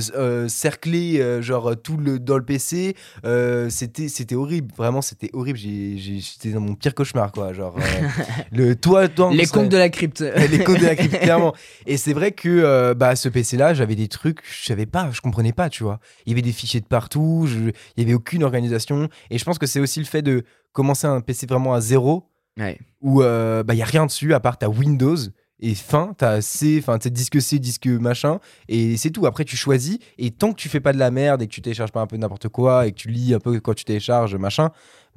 [SPEAKER 2] cerclé, dans le PC. C'était horrible, vraiment, c'était horrible. J'étais dans mon pire cauchemar, quoi. Genre, les
[SPEAKER 1] comptes de la crypte.
[SPEAKER 2] Les comptes de la crypte, clairement. Et c'est vrai que ce PC-là, j'avais des trucs, je comprenais pas, tu vois. Il y avait des fichiers de partout, il y avait aucune organisation. Et je pense que c'est aussi le fait de commencer un PC vraiment à zéro, où y a rien dessus, à part ta Windows. Et t'as disque C, disque machin, et c'est tout. Après, tu choisis, et tant que tu fais pas de la merde et que tu télécharges pas un peu n'importe quoi et que tu lis un peu quand tu télécharges, machin,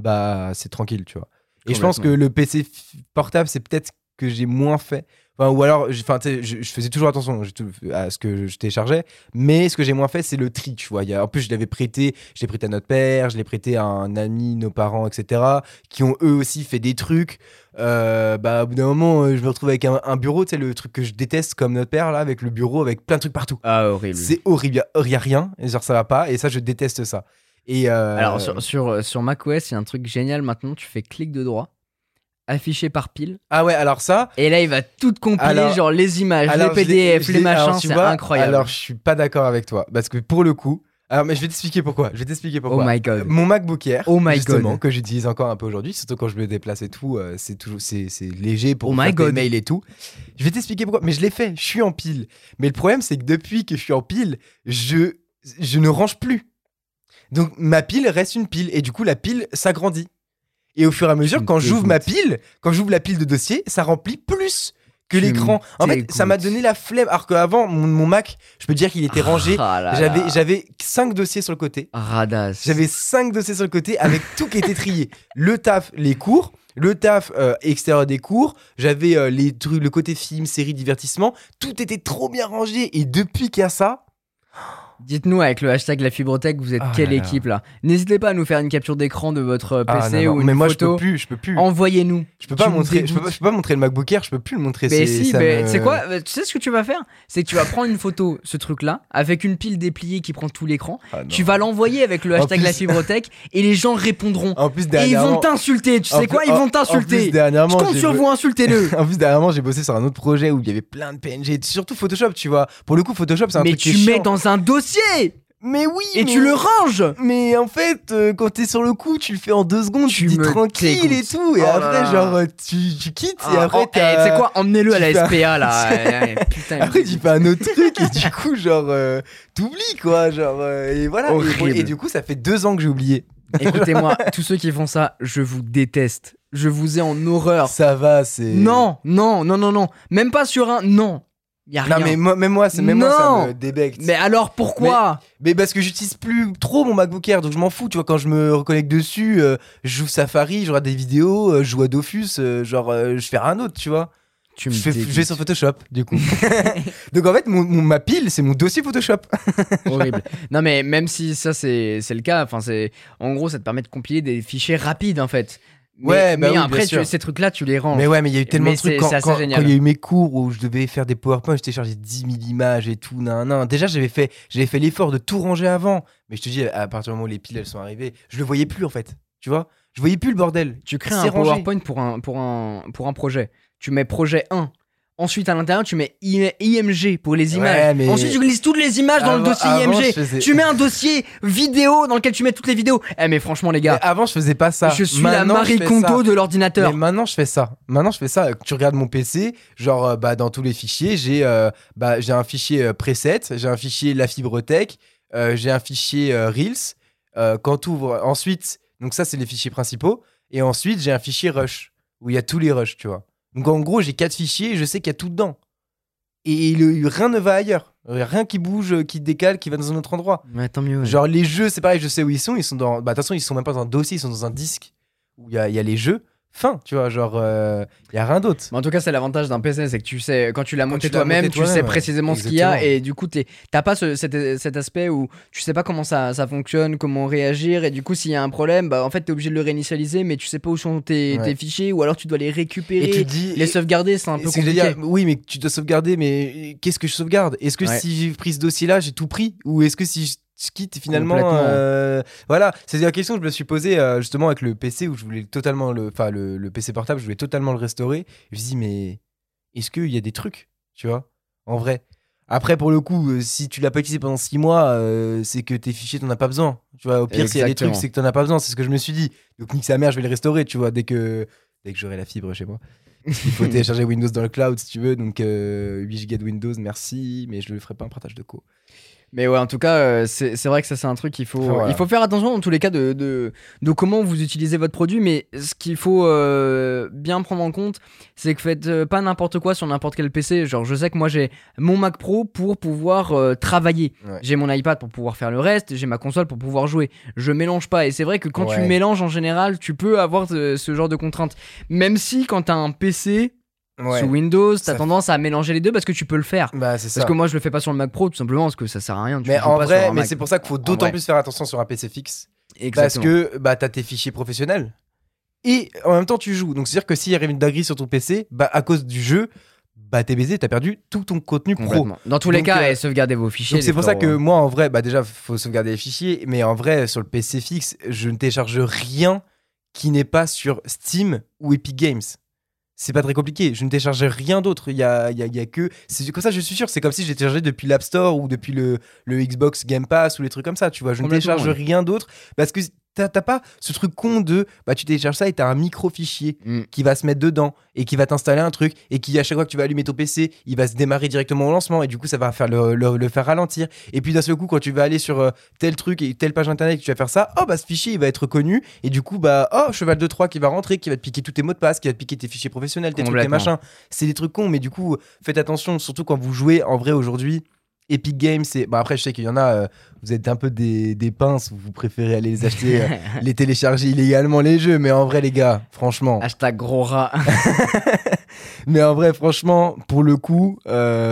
[SPEAKER 2] c'est tranquille, tu vois. Et je pense que le PC portable, c'est peut-être que j'ai moins fait. Ou alors, je faisais toujours attention à ce que je téléchargeais, mais ce que j'ai moins fait, c'est le tri, tu vois. En plus, je l'ai prêté à notre père, je l'ai prêté à un ami, nos parents, etc., qui ont eux aussi fait des trucs. Au bout d'un moment, je me retrouve avec un bureau, tu sais, le truc que je déteste comme notre père, là, avec le bureau, avec plein de trucs partout.
[SPEAKER 1] Ah, horrible.
[SPEAKER 2] C'est horrible, il y a rien, et genre ça va pas, et ça, je déteste ça. Et
[SPEAKER 1] Alors, sur macOS, il y a un truc génial maintenant, tu fais clic de droit. Affiché par pile.
[SPEAKER 2] Ah ouais, alors ça.
[SPEAKER 1] Et là, il va tout compiler, genre les images, les PDF, les machins, c'est incroyable.
[SPEAKER 2] Alors, je suis pas d'accord avec toi. Parce que pour le coup. Alors, mais je vais t'expliquer pourquoi.
[SPEAKER 1] Oh my god.
[SPEAKER 2] Mon MacBook Air, justement, que j'utilise encore un peu aujourd'hui, surtout quand je me déplace et tout, c'est léger pour faire des mails et tout. Je vais t'expliquer pourquoi. Mais je l'ai fait, je suis en pile. Mais le problème, c'est que depuis que je suis en pile, je ne range plus. Donc, ma pile reste une pile. Et du coup, la pile s'agrandit. Et au fur et à mesure, quand j'ouvre la pile de dossier, ça remplit plus que l'écran. En fait, ça m'a donné la flemme. Alors qu'avant, mon Mac, je peux dire qu'il était rangé. J'avais 5 dossiers sur le côté.
[SPEAKER 1] Radasse.
[SPEAKER 2] J'avais 5 dossiers sur le côté avec tout qui était trié. Le taf, les cours. Le taf extérieur des cours. J'avais les trucs, le côté film, série, divertissement. Tout était trop bien rangé. Et depuis qu'il y a ça...
[SPEAKER 1] Dites-nous avec le hashtag la Fibrotech, vous êtes quelle équipe là. N'hésitez pas à nous faire une capture d'écran de votre PC ou une
[SPEAKER 2] mais moi,
[SPEAKER 1] photo.
[SPEAKER 2] Je peux plus.
[SPEAKER 1] Envoyez-nous.
[SPEAKER 2] Je peux pas montrer le MacBook Air, je peux plus le montrer.
[SPEAKER 1] Mais tu sais quoi, tu sais ce que tu vas faire, c'est que tu vas prendre une photo, ce truc là, avec une pile dépliée qui prend tout l'écran. Tu vas l'envoyer avec le hashtag la Fibrotech et les gens répondront.
[SPEAKER 2] En plus,
[SPEAKER 1] et ils vont t'insulter. Tu sais quoi, ils vont t'insulter. Je compte sur vous, insultez-le.
[SPEAKER 2] En plus, dernièrement, j'ai bossé sur un autre projet où il y avait plein de PNG, surtout Photoshop, tu vois. Pour le coup, Photoshop, c'est un truc qui est chiant.
[SPEAKER 1] Mais tu mets dans un dossier.
[SPEAKER 2] Mais oui.
[SPEAKER 1] Et tu le ranges.
[SPEAKER 2] Mais en fait, quand t'es sur le coup, tu le fais en 2 secondes, tu dis tranquille et tout. Et après, genre, tu quittes. Et après,
[SPEAKER 1] tu sais quoi, emmenez-le à la SPA là. Putain.
[SPEAKER 2] Après, tu fais un autre truc et du coup, genre, t'oublies quoi. Genre, et voilà. Et du coup, ça fait 2 ans que j'ai oublié.
[SPEAKER 1] Écoutez-moi, tous ceux qui font ça, je vous déteste. Je vous ai en horreur.
[SPEAKER 2] Ça va, c'est.
[SPEAKER 1] Non. Même pas sur un. Non. Y a rien.
[SPEAKER 2] Non, mais même moi, ça me débecte.
[SPEAKER 1] Mais alors pourquoi ?
[SPEAKER 2] Mais parce que j'utilise plus trop mon MacBook Air, donc je m'en fous. Tu vois, quand je me reconnecte dessus, je joue Safari, je regarde des vidéos, je joue à Dofus, je fais rien d'autre, tu vois. Je vais sur Photoshop, du coup. Donc en fait, ma pile, c'est mon dossier Photoshop.
[SPEAKER 1] Horrible. Non, mais même si ça, c'est le cas, en gros, ça te permet de compiler des fichiers rapides, en fait. Mais après, ces trucs-là, tu les ranges.
[SPEAKER 2] Mais ouais, mais il y a eu tellement de trucs quand il y a eu mes cours où je devais faire des PowerPoint, je téléchargeais 10 000 images et tout. Déjà, j'avais fait l'effort de tout ranger avant. Mais je te dis, à partir du moment où les piles elles sont arrivées, je le voyais plus en fait. Tu vois, je voyais plus le bordel.
[SPEAKER 1] Tu crées un PowerPoint pour un projet. Tu mets projet 1. Ensuite, à l'intérieur, tu mets IMG pour les images.
[SPEAKER 2] Ouais,
[SPEAKER 1] Ensuite, tu listes toutes les images dans le dossier IMG. Tu mets un dossier vidéo dans lequel tu mets toutes les vidéos. Mais franchement, les gars.
[SPEAKER 2] Mais avant, je faisais pas ça.
[SPEAKER 1] Je suis la Marie Kondo de l'ordinateur.
[SPEAKER 2] Mais maintenant, je fais ça. Tu regardes mon PC, genre, dans tous les fichiers, j'ai un fichier preset, j'ai un fichier La Fibre Tech, j'ai un fichier Reels. Quand tu ouvres. Ensuite, donc ça, c'est les fichiers principaux. Et ensuite, j'ai un fichier Rush, où il y a tous les rushs, tu vois. Donc en gros, j'ai 4 fichiers et je sais qu'il y a tout dedans. Et rien ne va ailleurs. Rien qui bouge, qui décale, qui va dans un autre endroit.
[SPEAKER 1] Ouais, tant mieux. Ouais.
[SPEAKER 2] Genre les jeux, c'est pareil, je sais où ils sont. Ils sont dans. De toute façon, ils sont même pas dans un dossier, ils sont dans un disque où il y a les jeux. Fin, tu vois, genre, il y a rien d'autre.
[SPEAKER 1] Mais en tout cas, c'est l'avantage d'un PC, c'est que tu sais, quand tu l'as monté toi-même, tu sais précisément ce qu'il y a. Et du coup, t'as pas cet aspect où tu sais pas comment ça fonctionne, comment réagir. Et du coup, s'il y a un problème, en fait, t'es obligé de le réinitialiser, mais tu sais pas où sont tes fichiers, ou alors tu dois les récupérer. Et tu dis, les sauvegarder, c'est un peu compliqué.
[SPEAKER 2] Oui, mais tu dois sauvegarder, mais qu'est-ce que je sauvegarde? Est-ce que si j'ai pris ce dossier-là, j'ai tout pris? Ou est-ce que si je quitte finalement voilà, c'est la question que je me suis posée justement avec le PC où je voulais totalement le PC portable, je voulais totalement le restaurer. Je me suis dit, mais est-ce qu'il y a des trucs, tu vois, en vrai? Après, pour le coup, si tu l'as pas utilisé pendant 6 mois, c'est que tes fichiers, t'en as pas besoin, tu vois. Au pire, s'il y a des trucs, c'est que t'en as pas besoin, c'est ce que je me suis dit. Donc nique sa mère, je vais le restaurer, tu vois, dès que j'aurai la fibre chez moi. Il faut télécharger Windows dans le cloud si tu veux, donc 8 Go de Windows, merci, mais je le ferai pas un partage de co.
[SPEAKER 1] Mais ouais, en tout cas, c'est vrai que ça, c'est un truc qu'il faut, il faut faire attention dans tous les cas de comment vous utilisez votre produit. Mais ce qu'il faut bien prendre en compte, c'est que faites pas n'importe quoi sur n'importe quel PC. Genre, je sais que moi, j'ai mon Mac Pro pour pouvoir travailler. Ouais. J'ai mon iPad pour pouvoir faire le reste. J'ai ma console pour pouvoir jouer. Je mélange pas. Et c'est vrai que quand tu mélanges, en général, tu peux avoir ce genre de contraintes. Même si quand t'as un PC... sous Windows, t'as tendance à mélanger les deux parce que tu peux le faire.
[SPEAKER 2] C'est ça.
[SPEAKER 1] Parce que moi je le fais pas sur le Mac Pro tout simplement parce que ça sert à rien.
[SPEAKER 2] Mais en vrai, c'est pour ça qu'il faut d'autant plus faire attention sur un PC fixe. Exactement. Parce que t'as tes fichiers professionnels et en même temps tu joues. Donc c'est à dire que s'il arrive une dinguerie sur ton PC, à cause du jeu, t'es baisé, t'as perdu tout ton contenu pro.
[SPEAKER 1] Dans tous les cas, sauvegardez vos fichiers.
[SPEAKER 2] Donc c'est pour ça que moi en vrai, déjà faut sauvegarder les fichiers, mais en vrai sur le PC fixe, je ne télécharge rien qui n'est pas sur Steam ou Epic Games. C'est pas très compliqué, je ne télécharge rien d'autre. Il y a que. C'est comme ça, je suis sûr, c'est comme si j'ai téléchargé depuis l'App Store ou depuis le Xbox Game Pass ou les trucs comme ça, tu vois. Je ne télécharge rien d'autre parce que t'as pas ce truc con de tu télécharges ça et t'as un micro-fichier qui va se mettre dedans et qui va t'installer un truc et qui, à chaque fois que tu vas allumer ton PC, il va se démarrer directement au lancement et du coup, ça va faire le faire ralentir. Et puis d'un seul coup, quand tu vas aller sur tel truc et telle page internet et que tu vas faire ça, ce fichier il va être reconnu et du coup, cheval de Troie qui va rentrer, qui va te piquer tous tes mots de passe, qui va te piquer tes fichiers professionnels, tes trucs, tes machins. C'est des trucs cons, mais du coup, faites attention, surtout quand vous jouez en vrai aujourd'hui. Epic Games, c'est... après je sais qu'il y en a, vous êtes un peu des pinces, vous préférez aller les acheter, les télécharger illégalement les jeux, mais en vrai les gars, franchement...
[SPEAKER 1] Hashtag gros rat.
[SPEAKER 2] Mais en vrai, franchement, pour le coup,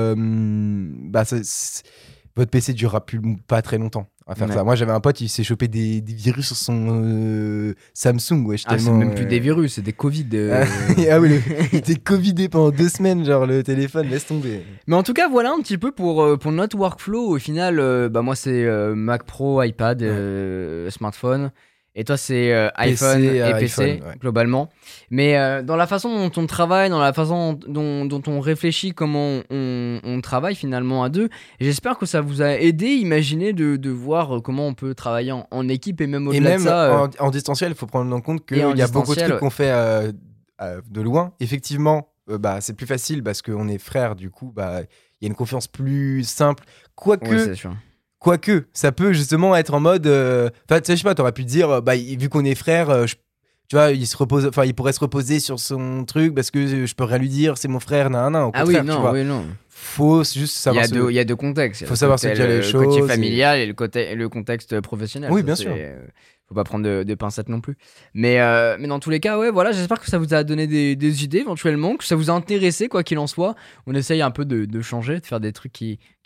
[SPEAKER 2] votre PC durera pas très longtemps à faire ça. Moi j'avais un pote, il s'est chopé des virus sur son Samsung.
[SPEAKER 1] C'est même plus des virus, c'est des Covid.
[SPEAKER 2] Il était Covidé pendant 2 semaines, genre le téléphone, laisse tomber.
[SPEAKER 1] Mais en tout cas, voilà un petit peu pour notre workflow. Au final, moi c'est Mac Pro, iPad, smartphone. Et toi, c'est iPhone et PC, globalement. Mais dans la façon dont on travaille, dans la façon dont on réfléchit, comment on travaille finalement à deux, j'espère que ça vous a aidé, imaginez de voir comment on peut travailler en équipe et même au-delà de ça.
[SPEAKER 2] Et même en distanciel, il faut prendre en compte qu'il y a beaucoup de trucs qu'on fait de loin. Effectivement, c'est plus facile parce qu'on est frères, du coup, il y a une confiance plus simple. Quoique, ça peut justement être en mode... je sais pas, t'aurais pu te dire, vu qu'on est frères, tu vois, il pourrait se reposer sur son truc parce que je peux rien lui dire, c'est mon frère, non.
[SPEAKER 1] Non.
[SPEAKER 2] Faut juste savoir...
[SPEAKER 1] Il y a deux contextes.
[SPEAKER 2] Faut savoir se dire les choses.
[SPEAKER 1] Le côté familial et le contexte professionnel.
[SPEAKER 2] Oui, bien sûr.
[SPEAKER 1] Faut pas prendre de pincettes non plus. Mais dans tous les cas, voilà, j'espère que ça vous a donné des idées éventuellement, que ça vous a intéressé, quoi qu'il en soit. On essaye un peu de changer, de faire des trucs qui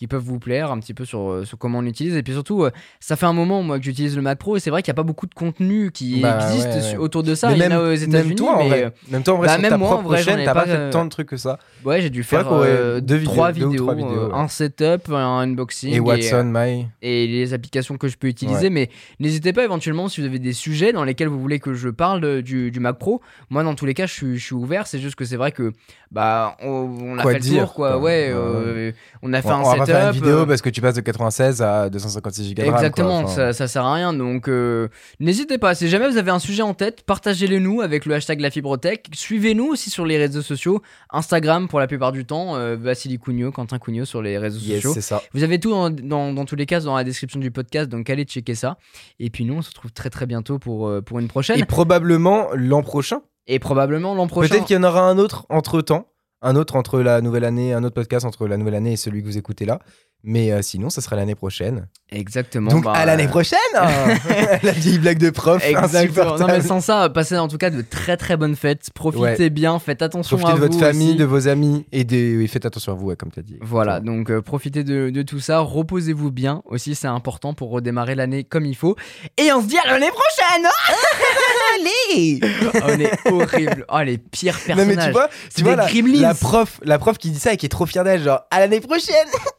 [SPEAKER 1] qui peuvent vous plaire un petit peu sur comment on l'utilise. Et puis surtout, ça fait un moment moi que j'utilise le Mac Pro et c'est vrai qu'il n'y a pas beaucoup de contenu qui existe autour de ça.
[SPEAKER 2] Mais
[SPEAKER 1] il y en a aux États-Unis.
[SPEAKER 2] Même toi, en vrai, sur ta propre chaîne, t'as pas fait tant de trucs que ça.
[SPEAKER 1] Ouais, j'ai dû faire 3 vidéos, un setup, un unboxing
[SPEAKER 2] et Watson, My
[SPEAKER 1] et les applications que je peux utiliser. Mais n'hésitez pas éventuellement si vous avez des sujets dans lesquels vous voulez que je parle du Mac Pro. Moi, dans tous les cas, je suis ouvert. C'est juste que c'est vrai que on a fait le tour, quoi. On a fait un setup. On va faire
[SPEAKER 2] une vidéo parce que tu passes de 96 à 256 Go.
[SPEAKER 1] Exactement, ça sert à rien. Donc, n'hésitez pas. Si jamais vous avez un sujet en tête, partagez-le nous avec le hashtag LaFibreTech. Suivez-nous aussi sur les réseaux sociaux, Instagram pour la plupart du temps, Vassili Cugnot, Quentin Cugnot sur les réseaux sociaux.
[SPEAKER 2] C'est ça.
[SPEAKER 1] Vous avez tout dans tous les cas dans la description du podcast, donc allez checker ça. Et puis nous, on se retrouve très très bientôt pour une prochaine.
[SPEAKER 2] Et probablement l'an prochain.
[SPEAKER 1] Peut-être
[SPEAKER 2] qu'il y en aura un autre entre-temps. Un autre entre la nouvelle année, un autre podcast entre la nouvelle année et celui que vous écoutez là. Mais sinon, ça sera l'année prochaine.
[SPEAKER 1] Exactement.
[SPEAKER 2] Donc à l'année prochaine. La vieille blague de prof.
[SPEAKER 1] Exactement. Non mais sans ça, passez en tout cas de très très bonnes fêtes. Profitez bien, faites attention à vous.
[SPEAKER 2] Profitez de votre famille,
[SPEAKER 1] aussi.
[SPEAKER 2] De vos amis et faites attention à vous, comme tu as dit.
[SPEAKER 1] Voilà, donc profitez de tout ça. Reposez-vous bien aussi, c'est important pour redémarrer l'année comme il faut. Et on se dit à l'année prochaine. Allez. On est horrible. Oh, les pires personnages.
[SPEAKER 2] Non mais tu vois la prof qui dit ça et qui est trop fière d'elle, genre à l'année prochaine.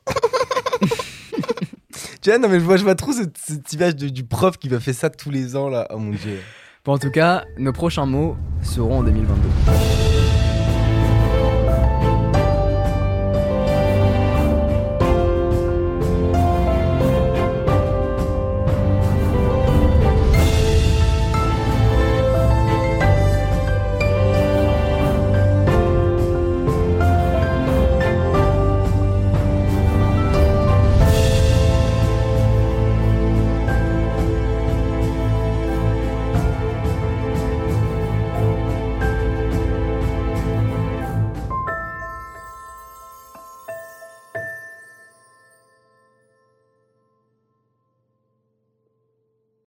[SPEAKER 2] Tu vois, non mais je vois trop cette image du prof qui va faire ça tous les ans là. Oh mon dieu.
[SPEAKER 1] Bon, en tout cas, nos prochains mots seront en 2022.